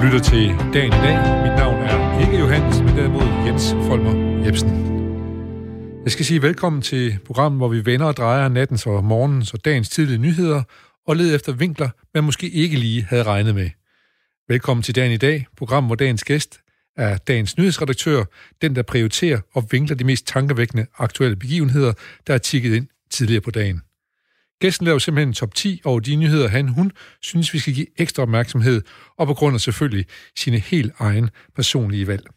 lytter til Dagen i dag. Mit navn er ikke Johannes, men derimod Jens Folmer Jebsen. Jeg skal sige velkommen til programmet, hvor vi vender og drejer nattens og morgens og dagens tidlige nyheder og leder efter vinkler, man måske ikke lige havde regnet med. Velkommen til Dagen i dag, programmet, hvor dagens gæst er dagens nyhedsredaktør, den der prioriterer og vinkler de mest tankevækkende aktuelle begivenheder, der er tikket ind tidligere på dagen. Gæsten laver simpelthen en top 10 over de nyheder, hun synes, vi skal give ekstra opmærksomhed, og begrunder selvfølgelig sine helt egen personlige valg.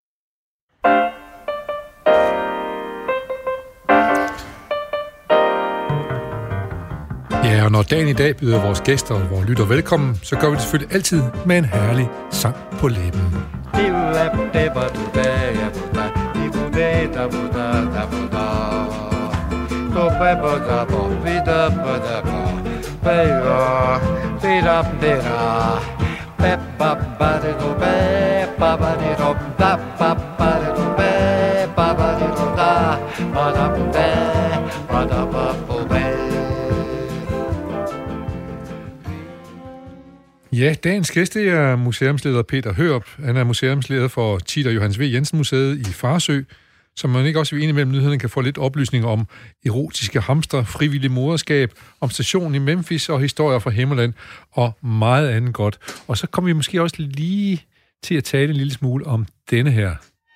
Ja, og når Dagen i dag byder vores gæster og vores lytter velkommen, så gør vi det selvfølgelig altid med en herlig sang på læben. Ja, dagens gæst er museumsleder Peter Hørup. Han er museumsleder for Thit og Johannes V. Jensen Museet i Farsø, som man ikke også ved indimellem nyhederne kan få lidt oplysninger om erotiske hamster, frivillig moderskab, om stationen i Memphis og historier fra Himmerland og meget andet godt. Og så kommer vi måske også lige til at tale en lille smule om denne her.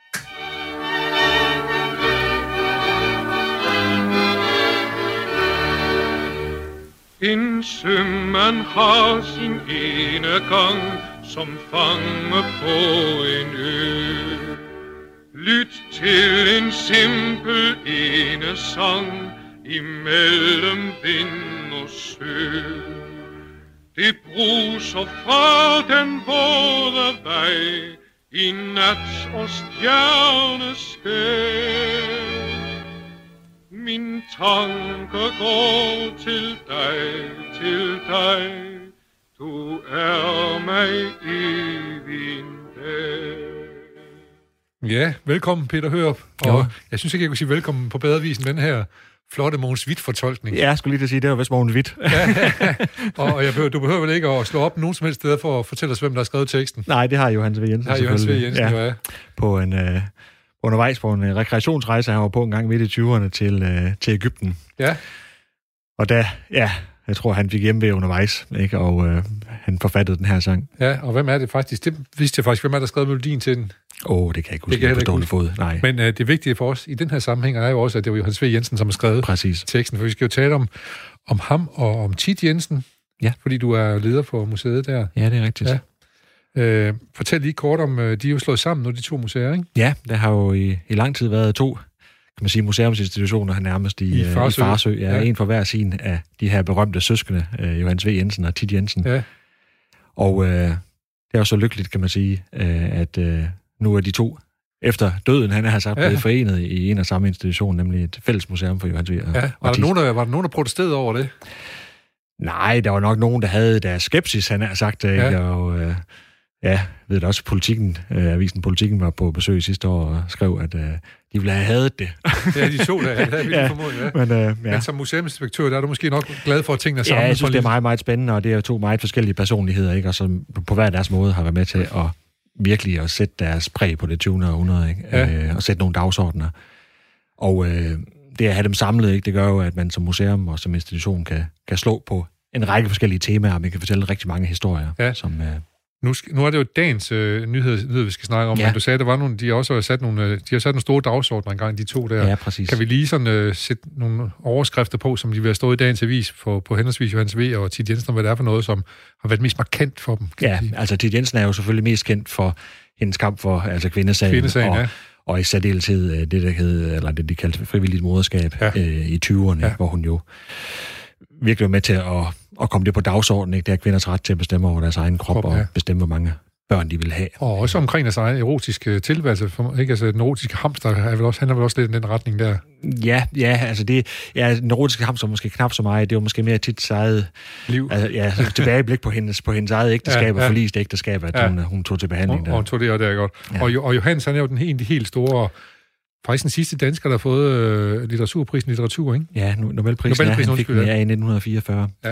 En sømand har sin ene gang som fange på en ø. Lyt til en simpel ene sang imellem vind og sø. Det bruser fra den våde vej i nat og stjerneskær. Min tanke går til dig, du er mig evig nær. Ja, velkommen Peter Hørup. Og jeg synes ikke, jeg kunne sige velkommen på bedre vis end den her flotte Mogens Witt-fortolkning. Ja, jeg skulle lige til at sige, det var vist Mogens Witt. Og du behøver vel ikke at slå op nogen som helst steder for at fortælle os, hvem der har skrevet teksten? Nej, det har Johannes V. Jensen selvfølgelig. Ja. På en... undervejs på en rekreationsrejse, han var på en gang midt i 20'erne til Egypten. Ja. Og da, jeg tror, han fik hjemme undervejs, ikke? Og han forfattede den her sang. Ja, og hvem er det faktisk? Det vidste jeg faktisk, hvem er der skrev melodien til den? Det kan jeg ikke huske på stående fod. Nej. Men det vigtige for os i den her sammenhæng er jo også, at det var Johannes V. Jensen, som har skrevet teksten, for vi skal jo tale om ham og om Thit Jensen, fordi du er leder for museet der. Ja, det er rigtigt. Ja. Fortæl lige kort om, de er jo slået sammen nu, de to museer, ikke? Ja, der har jo i lang tid været to, kan man sige, museumsinstitutioner nærmest i Farsø. Ja, en for hver sin af de her berømte søskende, Johannes V. Jensen og Thit Jensen. Ja. Og det er jo så lykkeligt, kan man sige, at nu er de to efter døden, han har sagt, blevet forenet i en og samme institution, nemlig et fælles museum for Johannes V. Var der nogen, der protesterede over det? Nej, der var nok nogen, der havde deres skepsis, han har sagt, ikke? Og ved du også, avisen Politikken var på besøg sidste år og skrev, at de ville have hadet det. Ja, de to der, det havde vi formodet, Men som museumsinspektør, der er du måske nok glad for, at tingene er sammen. Ja, jeg synes, det er meget, meget spændende, og det er to meget forskellige personligheder, ikke? Og som på hver deres måde har været med til at virkelig at sætte deres præg på det 20. århundrede, ikke? Ja. Og sætte nogle dagsordner. Og det at have dem samlet, ikke? Det gør jo, at man som museum og som institution kan slå på en række forskellige temaer, og man kan fortælle rigtig mange historier, som... Nu er det jo dagens nyhed, vi skal snakke om, men du sagde, at der var nogle, de har også sat nogle store dagsordner engang, de to der. Ja, præcis. Kan vi lige sådan sætte nogle overskrifter på, som de vil have stået i dagens avis på henholdsvis Johannes V. og Thit Jensen, og hvad det er for noget, som har været mest markant for dem? Altså Thit Jensen er jo selvfølgelig mest kendt for hendes kamp for kvindesagen og i særdeleshed det de kaldte frivilligt moderskab i 20'erne, hvor hun jo virkelig var med til at komme det på dagsordenen, ikke? Det er kvinders ret til at bestemme over deres egen krop og bestemme, hvor mange børn de vil have. Og også omkring deres egen erotiske tilværelse. Ikke? Altså, den erotiske hamster handler vel også lidt i den retning der. Ja, altså den erotiske hamster måske knap så meget. Det var måske mere Thits eget liv. Altså, tilbageblik på hendes eget ægteskab og forliste ægteskab, at hun tog til behandling der. Og hun tog det, og det er godt. Ja. Og Johannes, han er jo den helt store... Faktisk den sidste dansker, der har fået litteraturprisen i litteratur, ikke? Ja, Nobelprisen han fik den i 1944.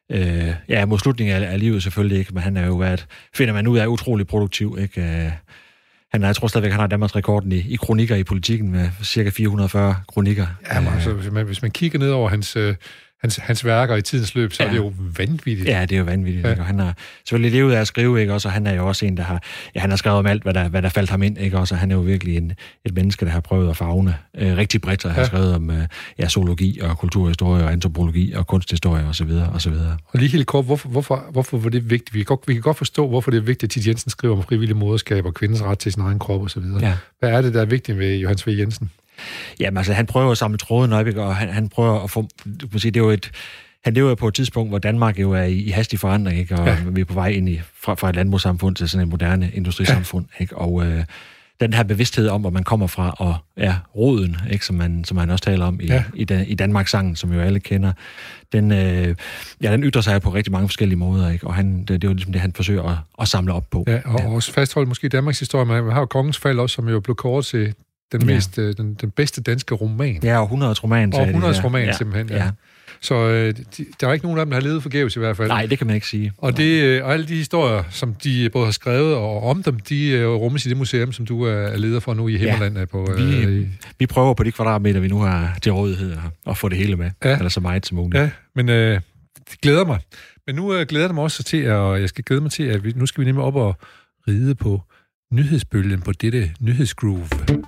mod slutningen af livet selvfølgelig ikke, men han er jo finder man ud af, utrolig produktiv, ikke? Jeg tror stadigvæk, han har Danmarks rekorden i kronikker i Politikken med cirka 440 kronikker. Ja, men altså, hvis man kigger ned over hans værker i tidens løb, så er det jo vanvittigt. Ja, det er jo vanvittigt. Ja. Ikke? Og han har selvfølgelig levet af at skrive, ikke? Også, og han er jo også en, der han har skrevet om alt, hvad der faldt ham ind, ikke? Også, han er jo virkelig et menneske, der har prøvet at favne rigtig bredt, og har skrevet om zoologi og kulturhistorie og antropologi og kunsthistorie osv. osv. Og lige helt kort, hvorfor var det vigtigt? Vi kan godt forstå, hvorfor det er vigtigt, at Thit Jensen skriver om frivillig moderskab og kvindens ret til sin egen krop osv. Ja. Hvad er det, der er vigtigt ved Johannes V. Jensen? Jamen altså, han prøver at samle tråden op, ikke? Og han prøver at få, du kan sige, det er jo han lever på et tidspunkt, hvor Danmark jo er i hastig forandring, ikke? Og vi er på vej ind fra et landbrugssamfund til sådan et moderne industrisamfund, ikke? Og den her bevidsthed om, hvor man kommer fra, og roden, ikke? Som man også taler om i Danmarks-sangen, som jo alle kender, den ytrer sig på rigtig mange forskellige måder, ikke? Og det er jo ligesom det, han forsøger at samle op på. Ja, og også fastholde måske Danmarks historie. Man har jo Kongens Fald også, som jo blev kåret til den bedste danske roman. Ja, og 100 roman. Og 100 roman, simpelthen. Ja. Så der er ikke nogen af dem, der har levet forgæves i hvert fald. Nej, det kan man ikke sige. Og og alle de historier, som de både har skrevet og om dem, de rummes i det museum, som du er leder for nu i Himmerland. Vi prøver på de kvadratmeter, vi nu har til rådighed, at få det hele med. Eller så meget som muligt. Ja, men det glæder mig. Men nu glæder det mig også til, og jeg skal glæde mig til, at nu skal vi nemlig op og ride på nyhedsbølgen på dette nyhedsgroove.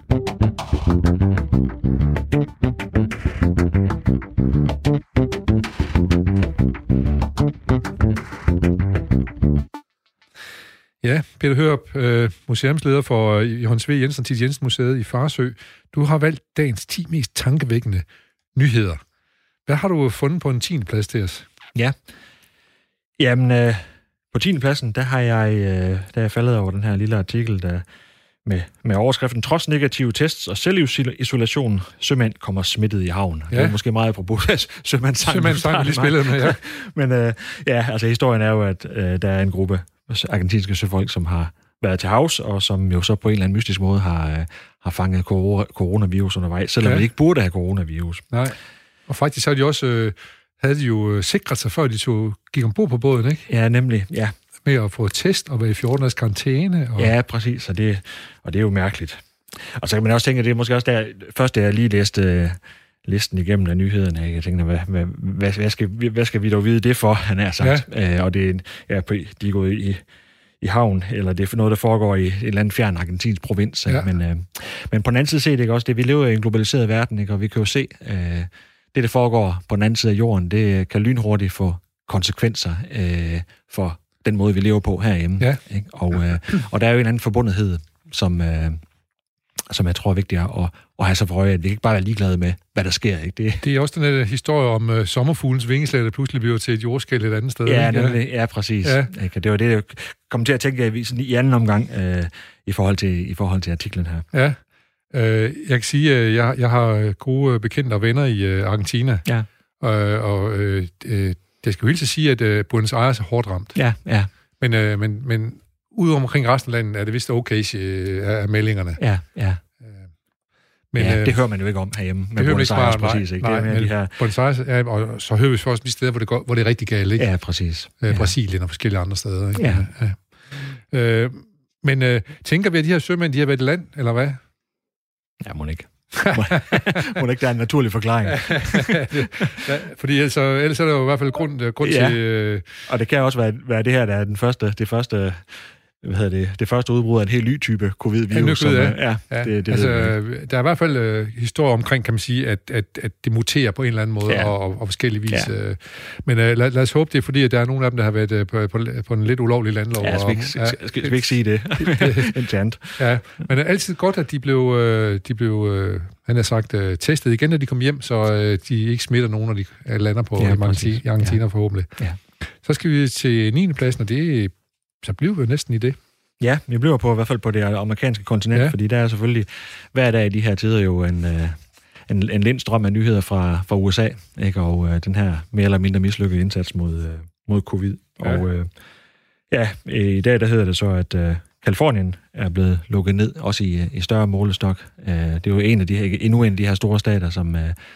Ja, Peter Hørup, museumsleder for Johannes V. Jensen, Thit Jensen Museet i Farsø. Du har valgt dagens 10 mest tankevækkende nyheder. Hvad har du fundet på en 10. plads til os? Ja, jamen på 10. pladsen, der er jeg faldet over den her lille artikel, der med overskriften, trods negative tests og selvisolation, sømænd kommer smittet i havn. Ja. Det er måske meget apropos sømandssang, lige spillet med, ja. Men altså historien er jo, at der er en gruppe argentinske søfolk, som har været til havs, og som jo så på en eller anden mystisk måde har fanget coronavirus undervejs, selvom de ikke burde have coronavirus. Nej, og faktisk har de også havde de jo sikret sig, før de gik ombord på båden, ikke? Ja, nemlig, ja. Med at få test og være i 14 dages karantæne. Ja, præcis, og det er jo mærkeligt. Og så kan man også tænke, at det er måske også først, da jeg lige læste listen igennem af nyhederne, jeg tænkte, hvad skal vi dog vide det for, han er sagt. Ja. Og det er de er gået i havn, eller det er noget, der foregår i en eller anden fjern argentinsk provins. Ja. Men på den anden side set, ikke også, det vi lever i en globaliseret verden, ikke? Og vi kan jo se, det foregår på den anden side af jorden, det kan lynhurtigt få konsekvenser for den måde, vi lever på herhjemme. Ja. Ikke? Og der er jo en anden forbundethed, som jeg tror er vigtigt at have sig for øje, at vi ikke bare er ligeglade med, hvad der sker. Ikke? Det er også den der historie om sommerfuglens vingeslæt, der pludselig bliver til et jordskælv et andet sted. Ja, præcis. Ja. Ikke? Det var det, jeg kom til at tænke i anden omgang i forhold til artiklen her. Ja. Jeg kan sige, at jeg har gode bekendte og venner i Argentina. Ja. Det skal jo helt sige, at Buenos Aires er hårdt ramt. Ja. Men ude omkring resten af landet er det vist okay af meldingerne. Ja. Men det hører man jo ikke om herhjemme. Det hører man ikke bare, præcis, ikke? Nej, men de her... Buenos Aires, og så hører vi også de steder, hvor det er rigtig galt, ikke? Ja, præcis. Brasilien og forskellige andre steder, ikke? Ja. Men tænker vi, at de her sømænd, de har været i land, eller hvad? Ja, må ikke. Må ikke, der er en naturlig forklaring. Fordi ellers er der jo i hvert fald grund til... Og det kan også være det her, der er det første udbrud af en helt ny type covid-virus. Der er i hvert fald historier omkring, kan man sige, at det muterer på en eller anden måde, og forskellige vis. Ja. Men lad os håbe det, er, fordi der er nogle af dem, der har været på en lidt ulovlig landlov. Ja, skal vi ikke sige det? Internt. Ja, men det er altid godt, at de blev han har sagt, testet igen, når de kom hjem, så de ikke smitter nogen, når de lander på Argentina forhåbentlig. Ja. Så skal vi til 9. pladsen, og så bliver vi jo næsten i det. Ja, vi bliver på i hvert fald på det amerikanske kontinent, fordi der er selvfølgelig hver dag i de her tider jo en lindstrøm af nyheder fra USA, ikke? Og den her mere eller mindre mislykkede indsats mod covid. Ja. Og i dag der hedder det så, at Kalifornien er blevet lukket ned, også i større målestok. Det er jo endnu en af de her store stater, som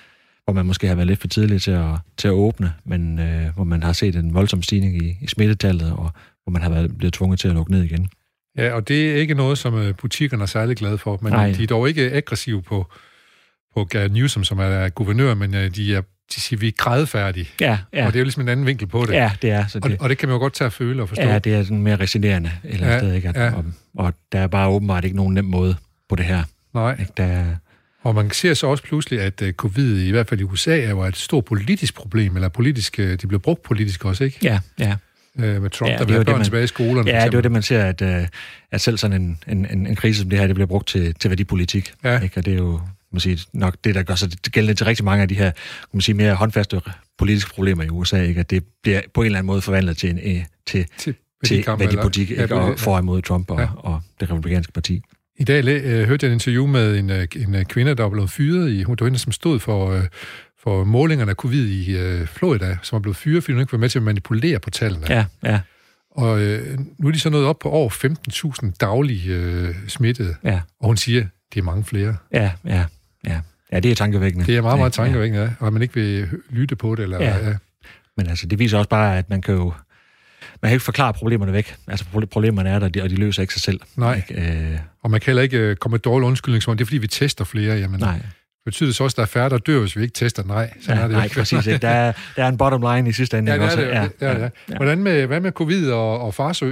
hvor man måske har været lidt for tidlig til at åbne, men hvor man har set en voldsom stigning i smittetallet, og hvor man har blevet tvunget til at lukke ned igen. Ja, og det er ikke noget, som butikkerne er særlig glade for, men de er dog ikke aggressive på Gavin Newsom, som er guvernør, men de siger, vi er grædefærdige. Ja. Og det er jo ligesom en anden vinkel på det. Ja, det er. Så det, og det kan man jo godt tage at føle og forstå. Ja, det er sådan mere resignerende et eller andet sted, ikke? Og der er bare åbenbart ikke nogen nem måde på det her. Nej. Ikke? Og man ser så også pludselig, at covid, i hvert fald i USA, er jo et stort politisk problem, eller politisk, det bliver brugt politisk også, ikke? Ja. Med Trump, der vil have børn tilbage i skolerne. Ja, det er det, man ser, at selv sådan en krise som det her, det bliver brugt til værdipolitik. Ja. Ikke? Og det er jo nok det, der gør sig gældende til rigtig mange af de her mere håndfaste politiske problemer i USA, ikke? At det bliver på en eller anden måde forvandlet til værdipolitik, ikke? Og for imod Trump og det republikanske parti. I dag hørte jeg et interview med en kvinde, der er blevet fyret. Hun var hende, som stod for målingerne af covid i Florida, som er blevet fyret, fordi hun ikke var med til at manipulere på tallene. Ja. Og nu er de så nået op på over 15.000 daglige smittede. Ja. Og hun siger, det er mange flere. Ja, det er tankevækkende. Det er meget, meget tankevækkende, ja. Og at man ikke vil lytte på det. Eller, ja. Men altså, det viser også bare, at man kan ikke forklare problemerne væk. Altså, problemerne er der, og de løser ikke sig selv. Nej. Og man kan heller ikke komme med dårlig undskyldning, som det er, fordi vi tester flere. Jamen, nej. Betyder det så også, at der er færre, der dør, hvis vi ikke tester? Nej, sådan er det nej, ikke. Præcis. Der er en bottom line i sidste ende. Ja, det er det. Ja. Hvad med covid og Farsø?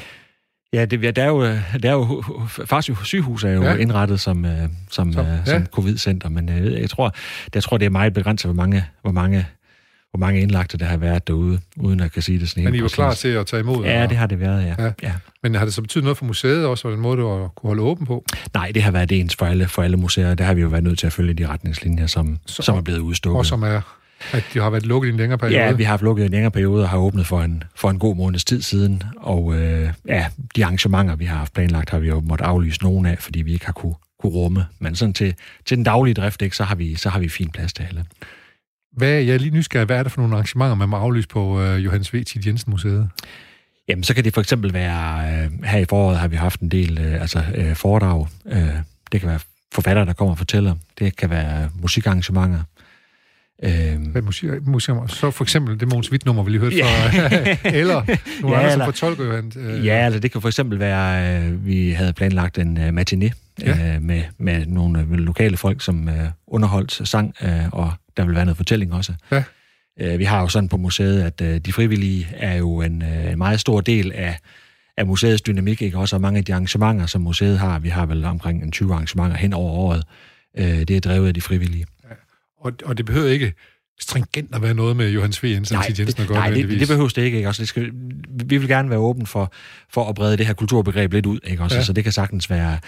Ja, der er jo Farsø sygehus er jo indrettet som covid-center, men jeg tror, det er meget begrænset, hvor mange indlagte, der har været derude, uden at kan sige det sådan helt. Men I var klar til at tage imod? Ja, det har det været, ja. Men har det så betydet noget for museet også, og den måde, du kunne holde åben på? Nej, det har været ens for alle museer. Der har vi jo været nødt til at følge de retningslinjer, som er blevet udstukket. Og som er, at de har været lukket i en længere periode? Ja, vi har haft lukket i en længere periode og har åbnet for en god måneds tid siden. Og de arrangementer, vi har haft planlagt, har vi jo måttet aflyse nogle af, fordi vi ikke har kunne rumme. Men sådan til den daglige drift, ikke, så har vi fin plads til alle. Jeg er lige nysgerrig. Hvad er det for nogle arrangementer, man må aflyse på Johannes V. Thit Jensen Museet? Jamen, så kan det for eksempel være, her i foråret har vi haft en del foredrag. Det kan være forfattere, der kommer og fortæller. Det kan være musikarrangementer. Så for eksempel det Mogens Witt-nummer, vi lige hørte fra, eller nogle andre, som fortolker jo han... altså det kan for eksempel være, vi havde planlagt en matiné med nogle lokale folk, som underholdt sang, og der vil være noget fortælling også. Ja. Vi har jo sådan på museet, at de frivillige er jo en meget stor del af museets dynamik, ikke? Også mange af de arrangementer, som museet har. Vi har vel omkring 20 arrangementer hen over året. Det er drevet af de frivillige. Ja. Og det behøver ikke stringent at være noget med Johannes V. Jensen og Thit Jensen at gøre. Nej, det behøves det ikke. Også vi vil gerne være åben for at brede det her kulturbegreb lidt ud, ikke? Også, ja. Så det kan sagtens være,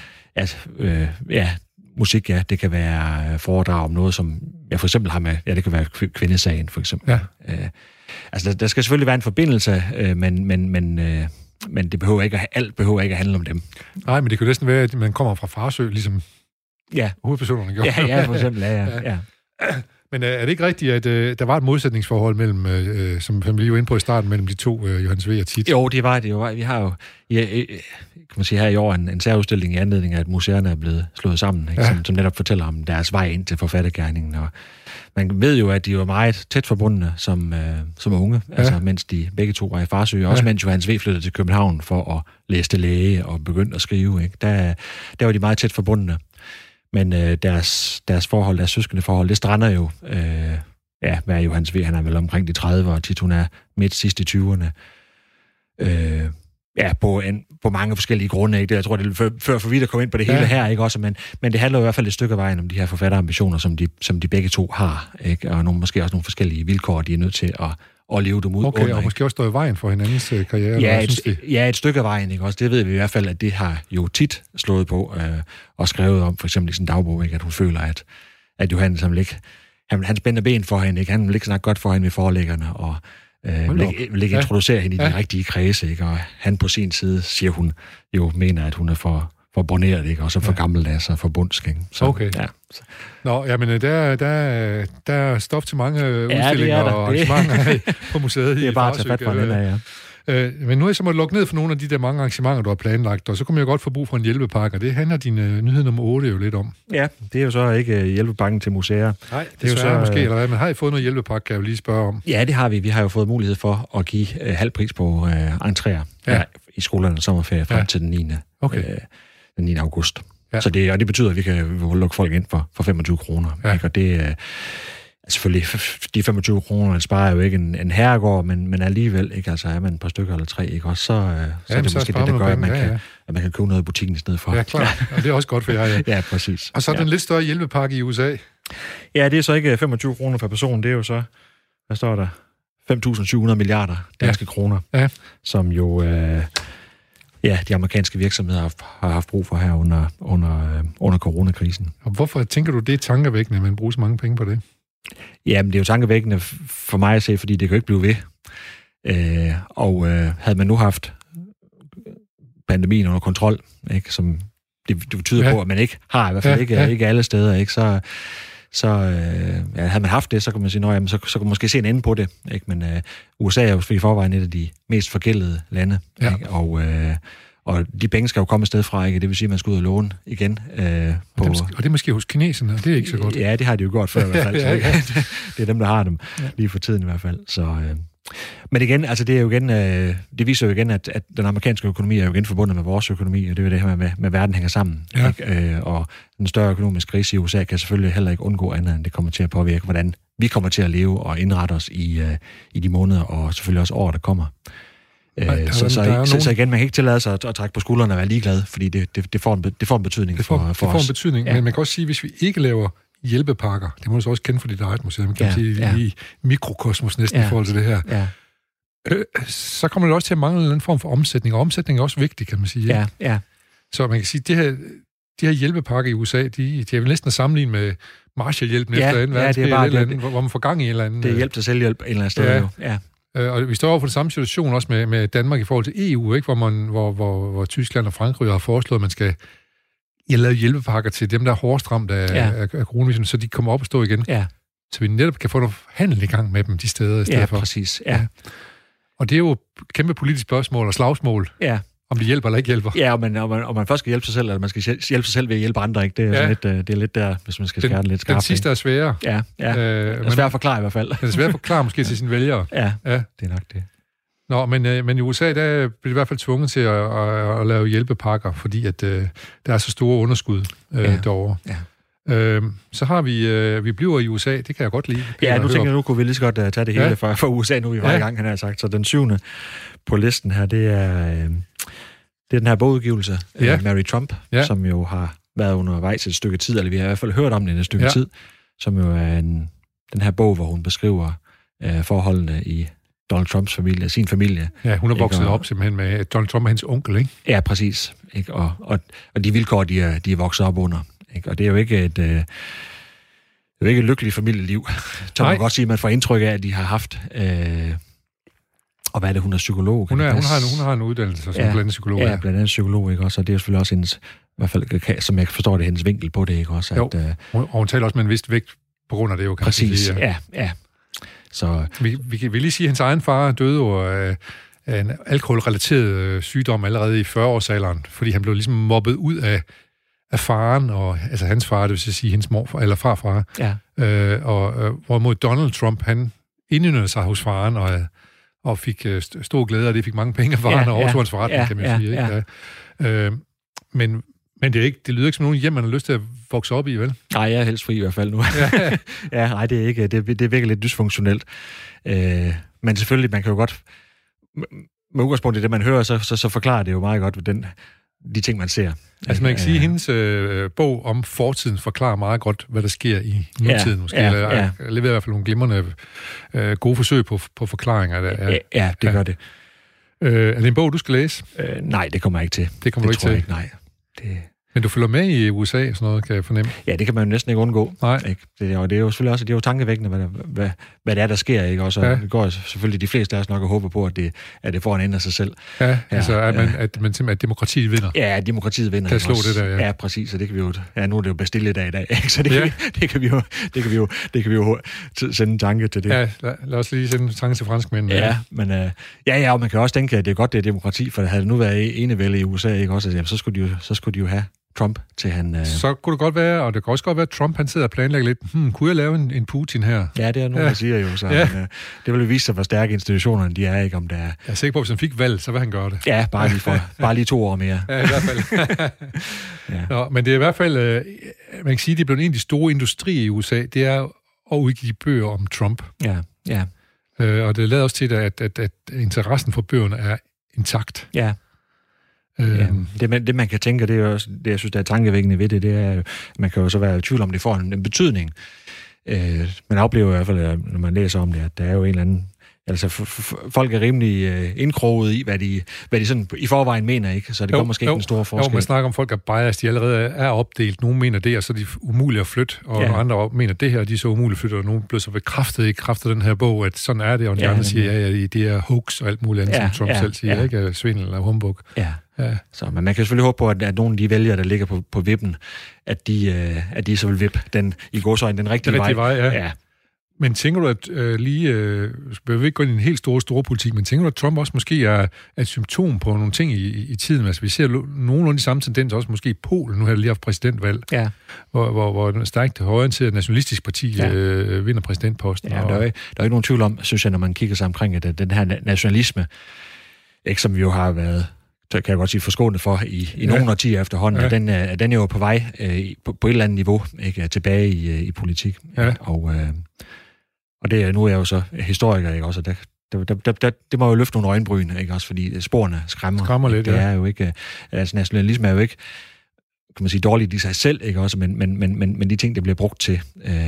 musik, det kan være foredrag om noget, som jeg for eksempel har med, det kan være kvindesagen, for eksempel. Ja. Der skal selvfølgelig være en forbindelse, men det behøver ikke alt behøver ikke at handle om dem. Nej, men det kan næsten være, at man kommer fra Farsø, ligesom hovedpersonerne gjorde. Ja, for eksempel, ja. Men er det ikke rigtigt, at der var et modsætningsforhold mellem, som vi lige var inde på i starten, mellem de to, Johannes V. og Thit? Jo, det var det. Vi har jo, kan man sige, her i år en særudstilling i anledning af, at museerne er blevet slået sammen, ikke? Som netop fortæller om deres vej ind til forfattergerningen. Og man ved jo, at de var meget tæt forbundne som unge, mens de begge to var i Farsø, også mens Johannes V. flyttede til København for at læse til læge og begyndte at skrive. Ikke? Der var de meget tæt forbundne. Men deres forhold, deres søskende forhold, det strander jo, hvad er Johannes V? Han er vel omkring de 30, og Thit, hun er midt sidst i 20'erne. På mange forskellige grunde, ikke? Jeg tror, det er før for vidt at komme ind på det hele her, ikke også? Men det handler i hvert fald et stykke af vejen om de her forfatterambitioner, som de begge to har, ikke? Og måske også nogle forskellige vilkår, de er nødt til at leve dem ud under. Okay, og måske også stå i vejen for hinandens karriere. Et stykke af vejen, ikke også? Det ved vi i hvert fald, at det har jo tit slået på og skrevet om, for eksempel i sin dagbog, ikke? At hun føler, at Johannes han spænder ben for hende, ikke? Han vil ikke snakke godt for hende ved forelæggerne, og vil ikke introducere hende i de rigtige kredse, ikke? Og han på sin side, siger hun, jo mener, at hun er for borneret, ikke? Og så for gammeldags og for bundsk, ikke? Så, okay. Ja. Nå, jamen, der er stof til mange udstillinger og arrangementer på museet. Det er bare at tage fat på den af, Men nu er jeg så måtte lukke ned for nogle af de der mange arrangementer, du har planlagt, og så kommer jeg godt få brug for en hjælpepakke, og det handler din nyhed nummer 8 jo lidt om. Ja, det er jo så ikke hjælpepakken til museer. Nej, det er jo så måske, eller hvad, men har I fået noget hjælpepakke, kan jeg jo lige spørge om? Ja, det har vi. Vi har jo fået mulighed for at give halv pris på entréer i skolerne sommerferie frem til den 9. august. Ja. Så det betyder, at vi kan lukke folk ind for 25 kroner. Ja. Og det selvfølgelig, de 25 kroner sparer jo ikke en herregård, men alligevel, ikke? Altså er man et par stykker eller 3, ikke? Også så er det måske det, der gør, at man kan købe noget i butikken i stedet for. Ja, klart. Og det er også godt for jer, ja. Ja, præcis. Og så er den lidt større hjælpepakke i USA. Ja, det er så ikke 25 kroner per person, det er jo så, hvad står der? 5.700 milliarder danske kroner, som jo de amerikanske virksomheder har haft brug for her under coronakrisen. Og hvorfor tænker du, det er tankevækkende, at man bruger så mange penge på det? Jamen, det er jo tankevækkende for mig at se, fordi det kan jo ikke blive ved. Havde man nu haft pandemien under kontrol, ikke, som det betyder på, at man ikke har, i hvert fald ikke alle steder, ikke, så havde man haft det, så kan man sige, så kan man måske se en ende på det. Ikke? Men USA er jo i forvejen et af de mest forgældede lande, ikke? Og de penge skal jo komme et sted fra, ikke? Det vil sige, at man skal ud og låne igen. Og det er måske hos kineserne, det er ikke så godt. Ja, det har de jo gjort før i hvert fald. Det er dem, der har dem, lige for tiden i hvert fald. Så, men igen, altså det er jo igen, det viser jo igen, at den amerikanske økonomi er jo igen forbundet med vores økonomi, og det er jo det her med verden hænger sammen. Ja. Ikke? Og den større økonomiske krise i USA kan selvfølgelig heller ikke undgå andet, end det kommer til at påvirke, hvordan vi kommer til at leve og indrette os i de måneder, og selvfølgelig også år, der kommer. Så igen, man kan ikke tillade sig at trække på skuldrene og være ligeglad, fordi det får en betydning for os. Det får en betydning, men man kan også sige, hvis vi ikke laver hjælpepakker, det må du så også kende for dit eget museum, man kan sige i mikrokosmos næsten i forhold til det her, så kommer det også til at mangle en eller anden form for omsætning, og omsætning er også vigtig, kan man sige. Ja. Så man kan sige, de her hjælpepakker i USA, de er vel næsten at sammenligne med Marshallhjælpen efter 2. verdenskrig, hvor man får gang i en eller anden... Det er hjælp til selvhjælp en eller anden sted, jo. Ja. Og vi står over for den samme situation også med Danmark i forhold til EU, ikke? Hvor Tyskland og Frankrig har foreslået, at man skal lave hjælpepakker til dem, der er hårdest ramt af coronavirusen, så de kommer op og stå igen. Ja. Så vi netop kan få noget handel i gang med dem de steder i stedet for. Præcis. Ja. Og det er jo et kæmpe politisk spørgsmål og slagsmål. Ja. Om det hjælper eller ikke hjælper. Ja, og man først skal hjælpe sig selv, eller man skal hjælpe sig selv ved at hjælpe andre, ikke? Det er, det er lidt der, hvis man skal skære det lidt skarpt. Den sidste er sværere. Ja. Det er svært at forklare i hvert fald. Det er svært at forklare måske til sine vælgere. Ja, det er nok det. Nå, men i USA, der bliver i hvert fald tvunget til at lave hjælpepakker, fordi at der er så store underskud derovre. Ja. Så har vi bliver i USA, det kan jeg godt lide. Ja, nu tænker jeg, nu kunne vi lige så godt tage det hele fra USA, nu vi var i gang, han har sagt. Så den 7. på listen her, det er den her bogudgivelse, Mary Trump, som jo har været undervejs et stykke tid, eller vi har i hvert fald hørt om den et stykke tid, som jo er den her bog, hvor hun beskriver forholdene i Donald Trumps familie, sin familie. Ja, hun er vokset op simpelthen med Donald Trump og hendes onkel, ikke? Ja, præcis. Ikke? Og de vilkår, de er vokset op under. Ikke? Og det er jo ikke et lykkeligt familieliv. Så man kan godt sige, at man får indtryk af, at de har haft... og hvad er det, hun er psykolog? Hun har en uddannelse som blandt andet psykolog. Ja, blandt andet psykolog, ikke også? Og det er selvfølgelig også hendes, i hvert fald, som jeg forstår det, hendes vinkel på det, ikke også? Jo, og hun taler også med en vist vægt på grund af det, jo, kan præcis, sige. Ja. Så... Vi kan lige sige, at hendes egen far døde jo af en alkoholrelateret sygdom allerede i 40-årsalderen, fordi han blev ligesom mobbet ud af faren, og altså hans far, det vil sige hendes morfar, eller farfar. Ja. Hvorimod Donald Trump, han indyndede sig hos faren, og fik stor glæde, og det fik mange penge af faren, og overtog hans forretning, kan man sige. Ikke? Men det lyder ikke som nogen hjem, man har lyst til at vokse op i, vel? Nej, jeg er helst fri i hvert fald nu. Nej, det er ikke. Det virker lidt dysfunktionelt. Men selvfølgelig, man kan jo godt... Med udgangspunkt i det, man hører, så forklarer det jo meget godt de ting, man ser. Altså man kan sige, at hendes bog om fortiden forklarer meget godt, hvad der sker i nutiden måske. Leverer i hvert fald nogle glimrende gode forsøg på forklaringer. Det gør det. Er det en bog, du skal læse? Nej, det kommer jeg ikke til. Det kommer du ikke til? Nej. Men du følger med i USA og sådan noget, kan jeg fornemme? Ja, det kan man jo næsten ikke undgå. Nej. Ikke? Det er jo selvfølgelig også, det er jo tankevækkende, hvad det er, der sker, ikke? Også, det går selvfølgelig de fleste af os nok og håber på, at det får en ende af sig selv. Ja, altså at demokratiet vinder. Ja, demokratiet vinder. Kan slå det der, ja. Ja, præcis, og det kan vi jo... Ja, nu er det jo Bastille-dag i dag, ikke? Så det kan vi jo sende en tanke til det. Ja, lad os lige sende en tanke til franskmændene. Ja, men og man kan også tænke, at det er godt, det er demokrati, for havde det nu været enevælde i USA, ikke også? Jamen, så skulle de jo have Trump til han... Så kunne det godt være, og det kan også godt være, at Trump han sidder og planlægger lidt, kunne jeg lave en Putin her? Ja, det er nogen, der siger jo, så det vil jo vise sig, hvor stærke institutionerne de er, ikke om der er... Jeg er sikker på, at hvis han fik valg, så vil han gøre det. Ja, bare lige 2 år mere. Ja, i hvert fald. Ja. Nå, men det er i hvert fald, man kan sige, det er blevet en af de store industrier i USA, det er at udgive bøger om Trump. Ja. Og det lader også til, at interessen for bøgerne er intakt. Ja. Det man kan tænke, det er også det, jeg synes, der er tankevækkende ved det, det er jo, man kan jo så være i tvivl om, det får en betydning. Man oplever i hvert fald, når man læser om det, at der er jo en eller anden... Altså, folk er rimelig indkroget i, hvad de sådan i forvejen mener, ikke? Så det går måske ikke en stor forskel. Jo, man snakker om, folk er biased, de allerede er opdelt. Nogle mener det, og så er de umulige at flytte, og andre mener det her, og de er så umulige at flytte, og nogle bliver så bekræftet i kraft af den her bog, at sådan er det, og de andre siger, ja, det er hoax og alt muligt andet, som Trump selv siger, ikke? Svindel eller humbug. Ja. Så, men man kan selvfølgelig håbe på, at nogle af de vælgere, der ligger på vippen, at de så vil vippe den i gåseøjne den rigtige vej. Ja. Men tænker du, at behøver vi ikke gå ind i en helt store politik, men tænker du, at Trump også måske er et symptom på nogle ting i tiden? Altså, vi ser nogenlunde de samme tendenser, også måske i Polen, nu har de lige haft præsidentvalg, hvor en stærkt højreorienteret nationalistisk parti vinder præsidentposten. Ja, der er ikke nogen tvivl om, synes jeg, når man kigger sig omkring, at den her nationalisme, ikke, som vi jo har været, kan jeg godt sige, forskånet for i nogle årtier efterhånden, at den er jo på vej på et eller andet niveau, ikke, tilbage i politik. Ja. Og det, nu er jeg jo så historiker, ikke også, det må jo løfte nogle øjenbryn, ikke også, fordi sporene skræmmer lidt, det er jo ikke, altså nationalisme er jo ikke, kan man sige, dårligt i sig selv, ikke også, men de ting, der bliver brugt til,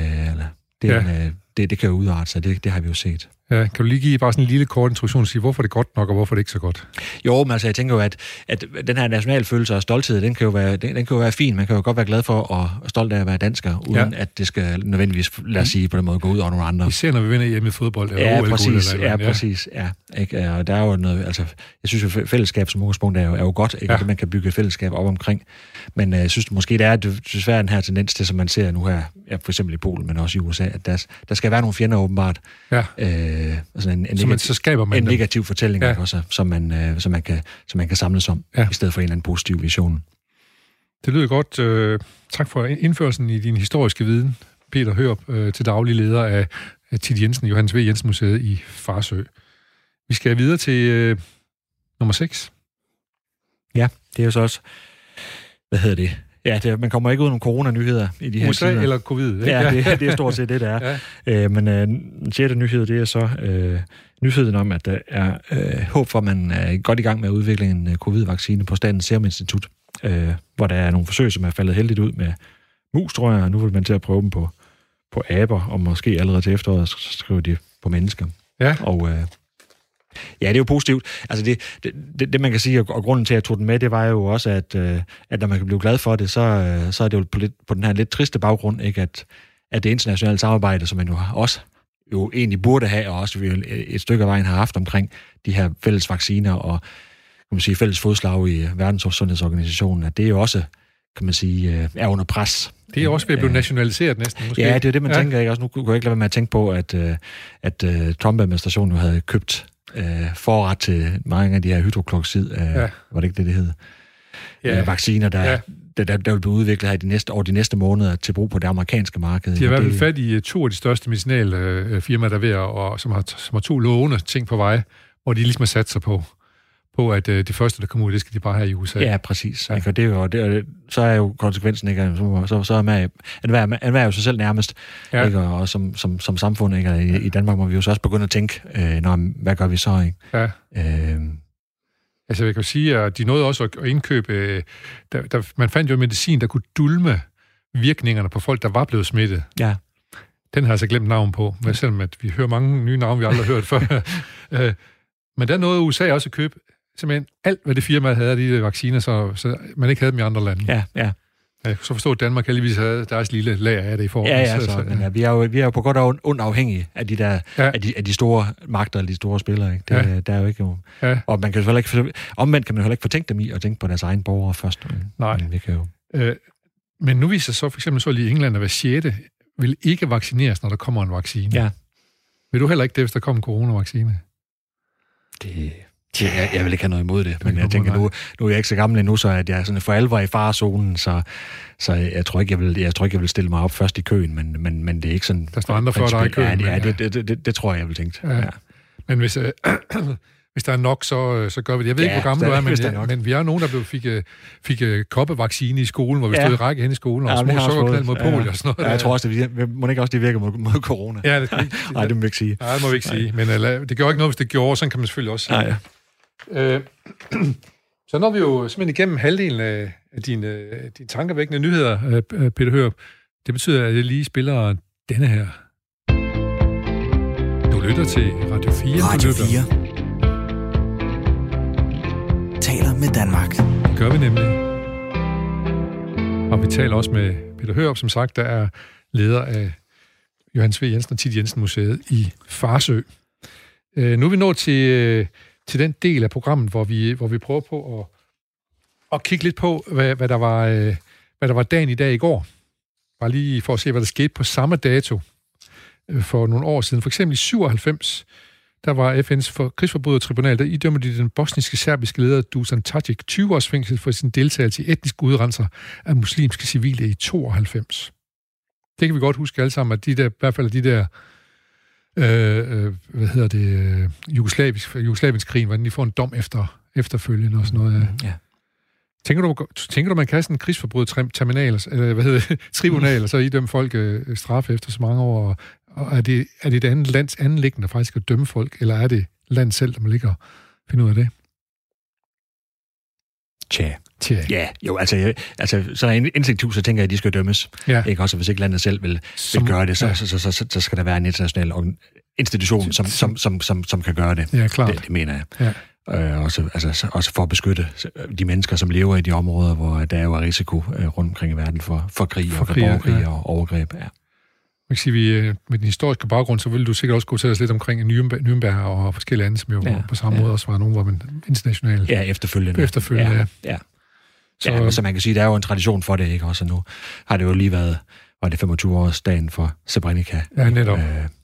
det kan jo udarte sig, det har vi jo set. Ja, kan du lige give bare sådan en lille kort introduktion og sige, hvorfor det er godt nok, og hvorfor det ikke så godt? Jo, men altså, jeg tænker jo, at den her nationale følelse og stolthed, den kan jo være fin. Man kan jo godt være glad for og stolt af at være dansker, uden at det skal nødvendigvis, lad os sige, på den måde gå ud over nogle andre. Især når vi vinder hjemme i fodbold. Præcis. Ikke? Og der er jo noget, altså, jeg synes jo, fællesskab som udgangspunkt er jo godt, ikke? At man kan bygge et fællesskab op omkring. Men jeg synes måske, det er desværre den her tendens til, som man ser nu her, for eksempel i Polen, men også i USA, at der skal være nogle fjender åbenbart. Ja. En negativ fortælling, også, som man kan samles om, i stedet for en eller anden positiv vision. Det lyder godt. Tak for indførelsen i din historiske viden, Peter Hørup, til daglig leder af Thit Jensen, Johannes V. Jensen Museet i Farsø. Vi skal videre til nummer 6. Ja, det er jo så også... Hvad hedder det? Ja, man kommer ikke ud af nogle coronanyheder i de her USA tider. Eller covid, ikke? Ja, det er stort set det, der er. Ja. Men den 6. nyhed, det er så nyheden om, at der er håb for, at man er godt i gang med at udvikle en covid-vaccine på Statens Serum Institut, hvor der er nogle forsøg, som er faldet heldigt ud med mus, tror jeg, og nu vil man til at prøve dem på aber, og måske allerede til efteråret skriver de på mennesker. Ja. Og ja, det er jo positivt. Altså det man kan sige, og grunden til, at jeg tog den med, det var jo også, at når man kan blive glad for det, så er det jo på den her lidt triste baggrund, ikke, at det internationale samarbejde, som man jo også jo egentlig burde have, og også vi et stykke af vejen har haft omkring de her fælles vacciner og, kan man sige, fælles fodslag i Verdenssundhedsorganisationen, at det jo også, kan man sige, er under pres. Det er også ved at blive nationaliseret næsten, måske. Ja, det er det, man tænker, ikke? Også nu kunne jeg ikke lade være med at tænke på, at Trump-administrationen jo havde købt forret til mange af de her hydrokloroxid, var det ikke det hed? Vacciner, der vil blive udviklet her de næste måneder til brug på det amerikanske marked. De har i hvert fald fat i 2 af de største medicinalfirmaer, der er ved, og som har 2 lovende ting på vej, hvor de ligesom har sat sig på, at det første, der kommer ud, det skal de bare have i USA. Ja, præcis. Ja. Og det, så er jo konsekvensen, ikke? Så er man jo sig selv nærmest, ikke? Og som samfund, ikke? I Danmark må vi jo så også begynde at tænke, hvad gør vi så, ikke? Ja. Altså, jeg kan sige, at de nåede også at indkøbe... man fandt jo medicin, der kunne dulme virkningerne på folk, der var blevet smittet. Ja. Den har jeg så glemt navn på, selvom at vi hører mange nye navne, vi aldrig har hørt før. Men der nåede USA også at købe simpelthen alt, hvad det firma havde af de vacciner, så man ikke havde dem i andre lande. Ja. Jeg så forstå, at Danmark heldigvis havde deres lille lager af det i forhold. Ja. Vi er jo på godt og ondt afhængige af de der af de store magter eller de store spillere. Ikke? Der er jo ikke nogen. Ja. Og man kan jo ikke omvendt kan man heller ikke fortænke dem i at tænke på deres egne borgere først. Nej. Men vi kan jo. Men nu viser så for eksempel så lige i England, at hver 6. vil ikke vaccineres, når der kommer en vaccine. Ja. Vil du heller ikke det, hvis der kommer en coronavaccine? Jeg vil ikke have noget imod det, men jeg tænker, nu er jeg ikke så gammel endnu, så at jeg sådan for alvor i farezonen, så jeg tror ikke, jeg vil stille mig op først i køen, men det er ikke sådan... Der står andre før dig i køen. Det tror jeg vil tænke. Ja. Men hvis der er nok, så gør vi det. Jeg ved ikke, hvor gammel du er, men vi er nogen, der fik koppevaccine i skolen, hvor vi stod i række hen i skolen, og små sukkerknald mod polio og sådan noget. Ja, jeg tror også, det må ikke også virke mod corona. Ja, det Nej, det må vi ikke sige. Nej, det må vi ikke sige. Men det gjorde ikke noget, hvis det gjorde, sådan kan man selvfølgelig også sige. Nej. Så når vi jo simpelthen igennem halvdelen af dine tankevækkende nyheder, Peter Hørup. Det betyder, at jeg lige spiller denne her. Du lytter til Radio 4. Radio 4 taler med Danmark. Det gør vi nemlig. Og vi taler også med Peter Hørup, som sagt, der er leder af Johannes V. Jensen og Thit Jensen Museet i Farsø. Nu er vi nået til den del af programmet, hvor vi prøver på at kigge lidt på, hvad der var dagen i dag i går. Bare lige for at se, hvad der skete på samme dato for nogle år siden. For eksempel i 97, der var FN's krigsforbrydertribunal, der idømmer de den bosniske-serbiske leder Dusan Tadic 20 års fængsel for sin deltagelse i etnisk udrenser af muslimske civile i 92. Det kan vi godt huske alle sammen, at i hvert fald de der Jugoslavisk-krigen, hvordan de får en dom efterfølgende og sådan noget. Ja. Tænker du, man kan have sådan en krigsforbrydertribunal, eller tribunal, og så idømme folk straffe efter så mange år, og er det et andet lands anliggende faktisk at dømme folk, eller er det land selv, der må ligge og finde ud af det? Tja. Ja, jo, altså så instinktivt, så tænker jeg, at de skal dømmes. Ja. Ikke også, hvis ikke landet selv vil gøre det, så skal der være en international institution, som kan gøre det. Ja, klart. Det mener jeg. Ja. Også for at beskytte de mennesker, som lever i de områder, hvor der er jo risiko rundt omkring i verden for krig og for borgerkrig og overgreb. Ja. Man kan sige, med den historiske baggrund, så vil du sikkert også gå til os lidt omkring Nürnberg og forskellige andre, som jo på samme måde også var nogen, hvor man internationalt... Ja, efterfølgende. Ja. Så man kan sige, der er jo en tradition for det, ikke? Også nu har det jo lige været, var det 25-årsdagen for Srebrenica. Ja, netop.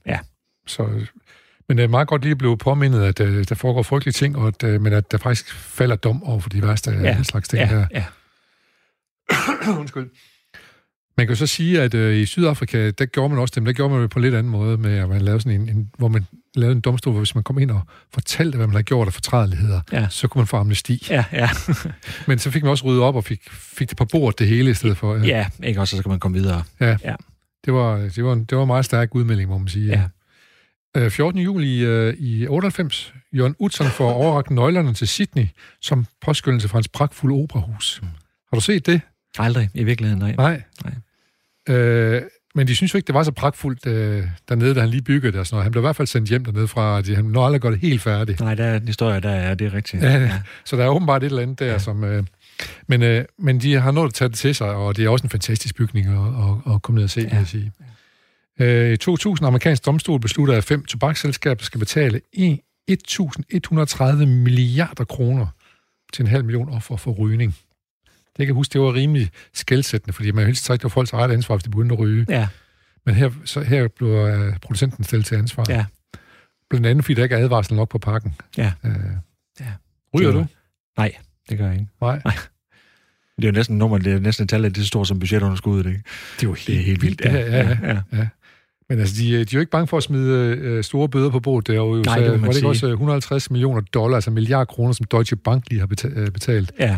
Men det er meget godt lige blevet påmindet, at der foregår frygtelige ting, men at der faktisk falder dom over for de værste slags ting her. Ja. Undskyld. Man kan jo så sige, at i Sydafrika, der gjorde man også dem. Der gjorde man det på en lidt anden måde, med at man lavede sådan hvor man lavede en domstol, hvor hvis man kom ind og fortalte, hvad man havde gjort af fortrædeligheder, så kunne man få amnesti. Ja. Men så fik man også ryddet op og fik det på bordet det hele i stedet for. Ja, ikke også, så kan man komme videre. Ja. Det var en meget stærk udmelding, må man sige. Ja. 14. juli i 98, Jørgen Utzon får overrakt nøglerne til Sydney som påskyndelse fra hans pragtfulde operahus. Har du set det? Aldrig, i virkeligheden, nej. Men de synes jo ikke, det var så pragtfuldt dernede, da han lige byggede det og sådan noget. Han blev i hvert fald sendt hjem dernede fra, at han når aldrig gør det helt færdigt. Nej, der er en historie, der er det rigtigt. Ja. Så der er åbenbart et eller andet der, som... Men de har nået at tage det til sig, og det er også en fantastisk bygning at komme ned og se, vil jeg sige. I 2000, amerikansk domstol beslutter, at 5 tobaksselskaber skal betale 1.130 milliarder kroner til 500.000 offer for rygning. Det kan jeg huske, det var rimelig skelsættende, fordi man helst sagt, det var folks eget ansvar, hvis de begyndte at ryge. Ja. Men her blev producenten stillet til ansvar. Ja. Blandt andet, fordi der ikke er advarsel nok på pakken. Ja. Ryger du? Nej, det gør jeg ikke. Nej. Det er jo næsten det er næsten et tal, det er så stort som budgetunderskuddet, ikke? Det er jo helt vildt. Ja. Men altså, de er jo ikke bange for at smide store bøder på bordet. Det er jo nej, det var det ikke også $150 million, altså milliard kroner, som Deutsche Bank lige har betalt. Ja.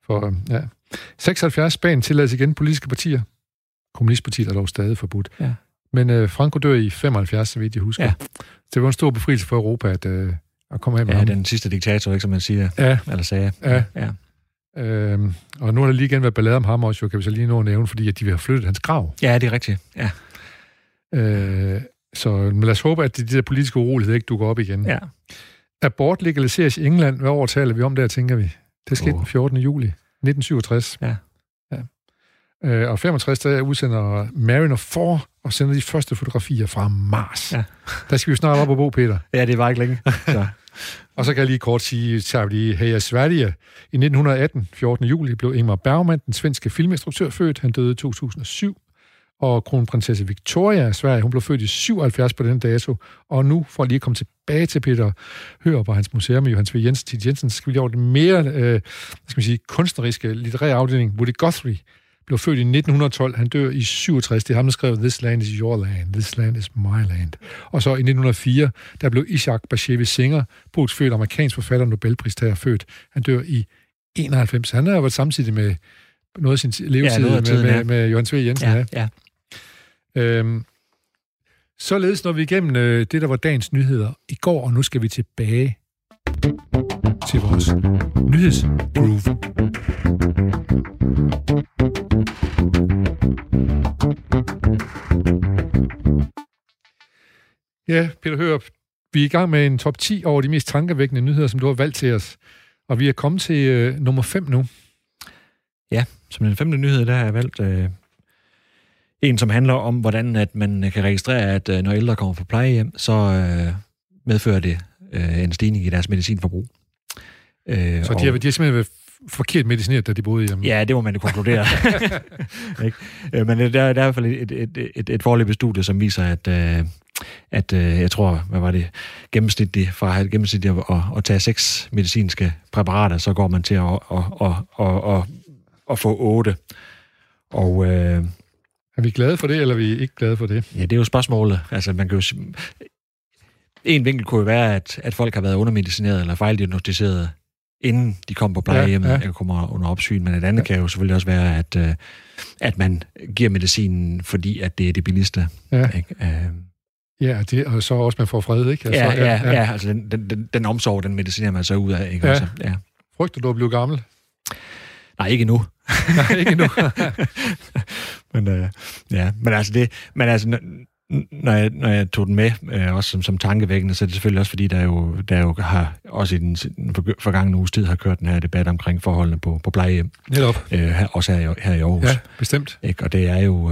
76 Spanien tillades igen politiske partier. Kommunistpartiet er dog stadig forbudt. Ja. Men Franco dør i 75, så vidt jeg husker. Ja. Det var en stor befrielse for Europa at komme af med ham. Den sidste diktator, ikke, som man siger. Ja. Eller sagde. Ja. Og nu har der lige igen været ballade om ham også, kan vi så lige nå at nævne, fordi at de vil have flyttet hans grav. Ja, det er rigtigt. Ja. Så lad os håbe, at de der politiske uroligheder ikke dukker op igen. Ja. Abort legaliseres i England. Hvad år taler vi om der, tænker vi? Det skete den 14. juli 1967. Ja. Og 65 der udsender Mariner 4 og sender de første fotografier fra Mars. Ja. Der skal vi jo snart op og bo, Peter. Ja, det var ikke længe. Så. Og så kan jeg lige kort sige, tager vi lige her i Sverige. I 1918, 14. juli, blev Ingmar Bergman, den svenske filminstruktør, født. Han døde i 2007. Og kronprinsesse Victoria af Sverige, hun blev født i 77 på den dato. Og nu, for at lige komme tilbage til Peter Hører på hans museum i Johannes V. Jensen, så skal vi lige over det mere kunstneriske, litterære afdeling. Woody Guthrie blev født i 1912. Han dør i 67. Det er ham, der skrev This Land is Your Land, This Land is My Land. Og så i 1904, der blev Isaac Bashevis Singer, polsk født amerikansk forfatter, Nobelpristager, født. Han dør i 91. Han har været samtidig med noget af sin levetid med Johannes V. Jensen. Ja. Således når vi igennem det, der var dagens nyheder i går, og nu skal vi tilbage til vores nyhedsgroove. Ja, Peter Hørup, vi er i gang med en top 10 over de mest tankevækkende nyheder, som du har valgt til os. Og vi er kommet til nummer 5 nu. Ja, som den 5. nyhed, der har jeg valgt en, som handler om, hvordan at man kan registrere, at når ældre kommer på plejehjem, så medfører det en stigning i deres medicinforbrug. Så de har simpelthen været forkert medicineret, da de boede hjemme? Ja, det må man jo konkludere. Men der er i hvert fald et foreløbigt studie, som viser, at jeg tror, hvad var det, gennemsnitligt at tage 6 medicinske præparater, så går man til at få 8. Og er vi glade for det, eller er vi ikke glade for det? Ja, det er jo spørgsmålet. Altså, man kan jo... En vinkel kunne jo være, at folk har været undermedicineret eller fejldiagnostiseret, inden de kom på plejehjemmet eller kommer under opsyn. Men et andet kan jo selvfølgelig også være, at man giver medicinen, fordi at det er det billigste. Ja. Ja, og så også man får fred, ikke? Altså, altså den omsorg, den medicinerer man så ud af, ikke? Ja. Altså, ja. Frygter du at blive gammel? Nej, ikke endnu. Nej, ikke endnu. Men altså, når jeg tog den med, også som tankevækkende, så er det selvfølgelig også, fordi der jo har, også i den forgangne uges tid, har kørt den her debat omkring forholdene på plejehjem. Netop. Også her i Aarhus. Ja, bestemt. Ikke? Og det er jo,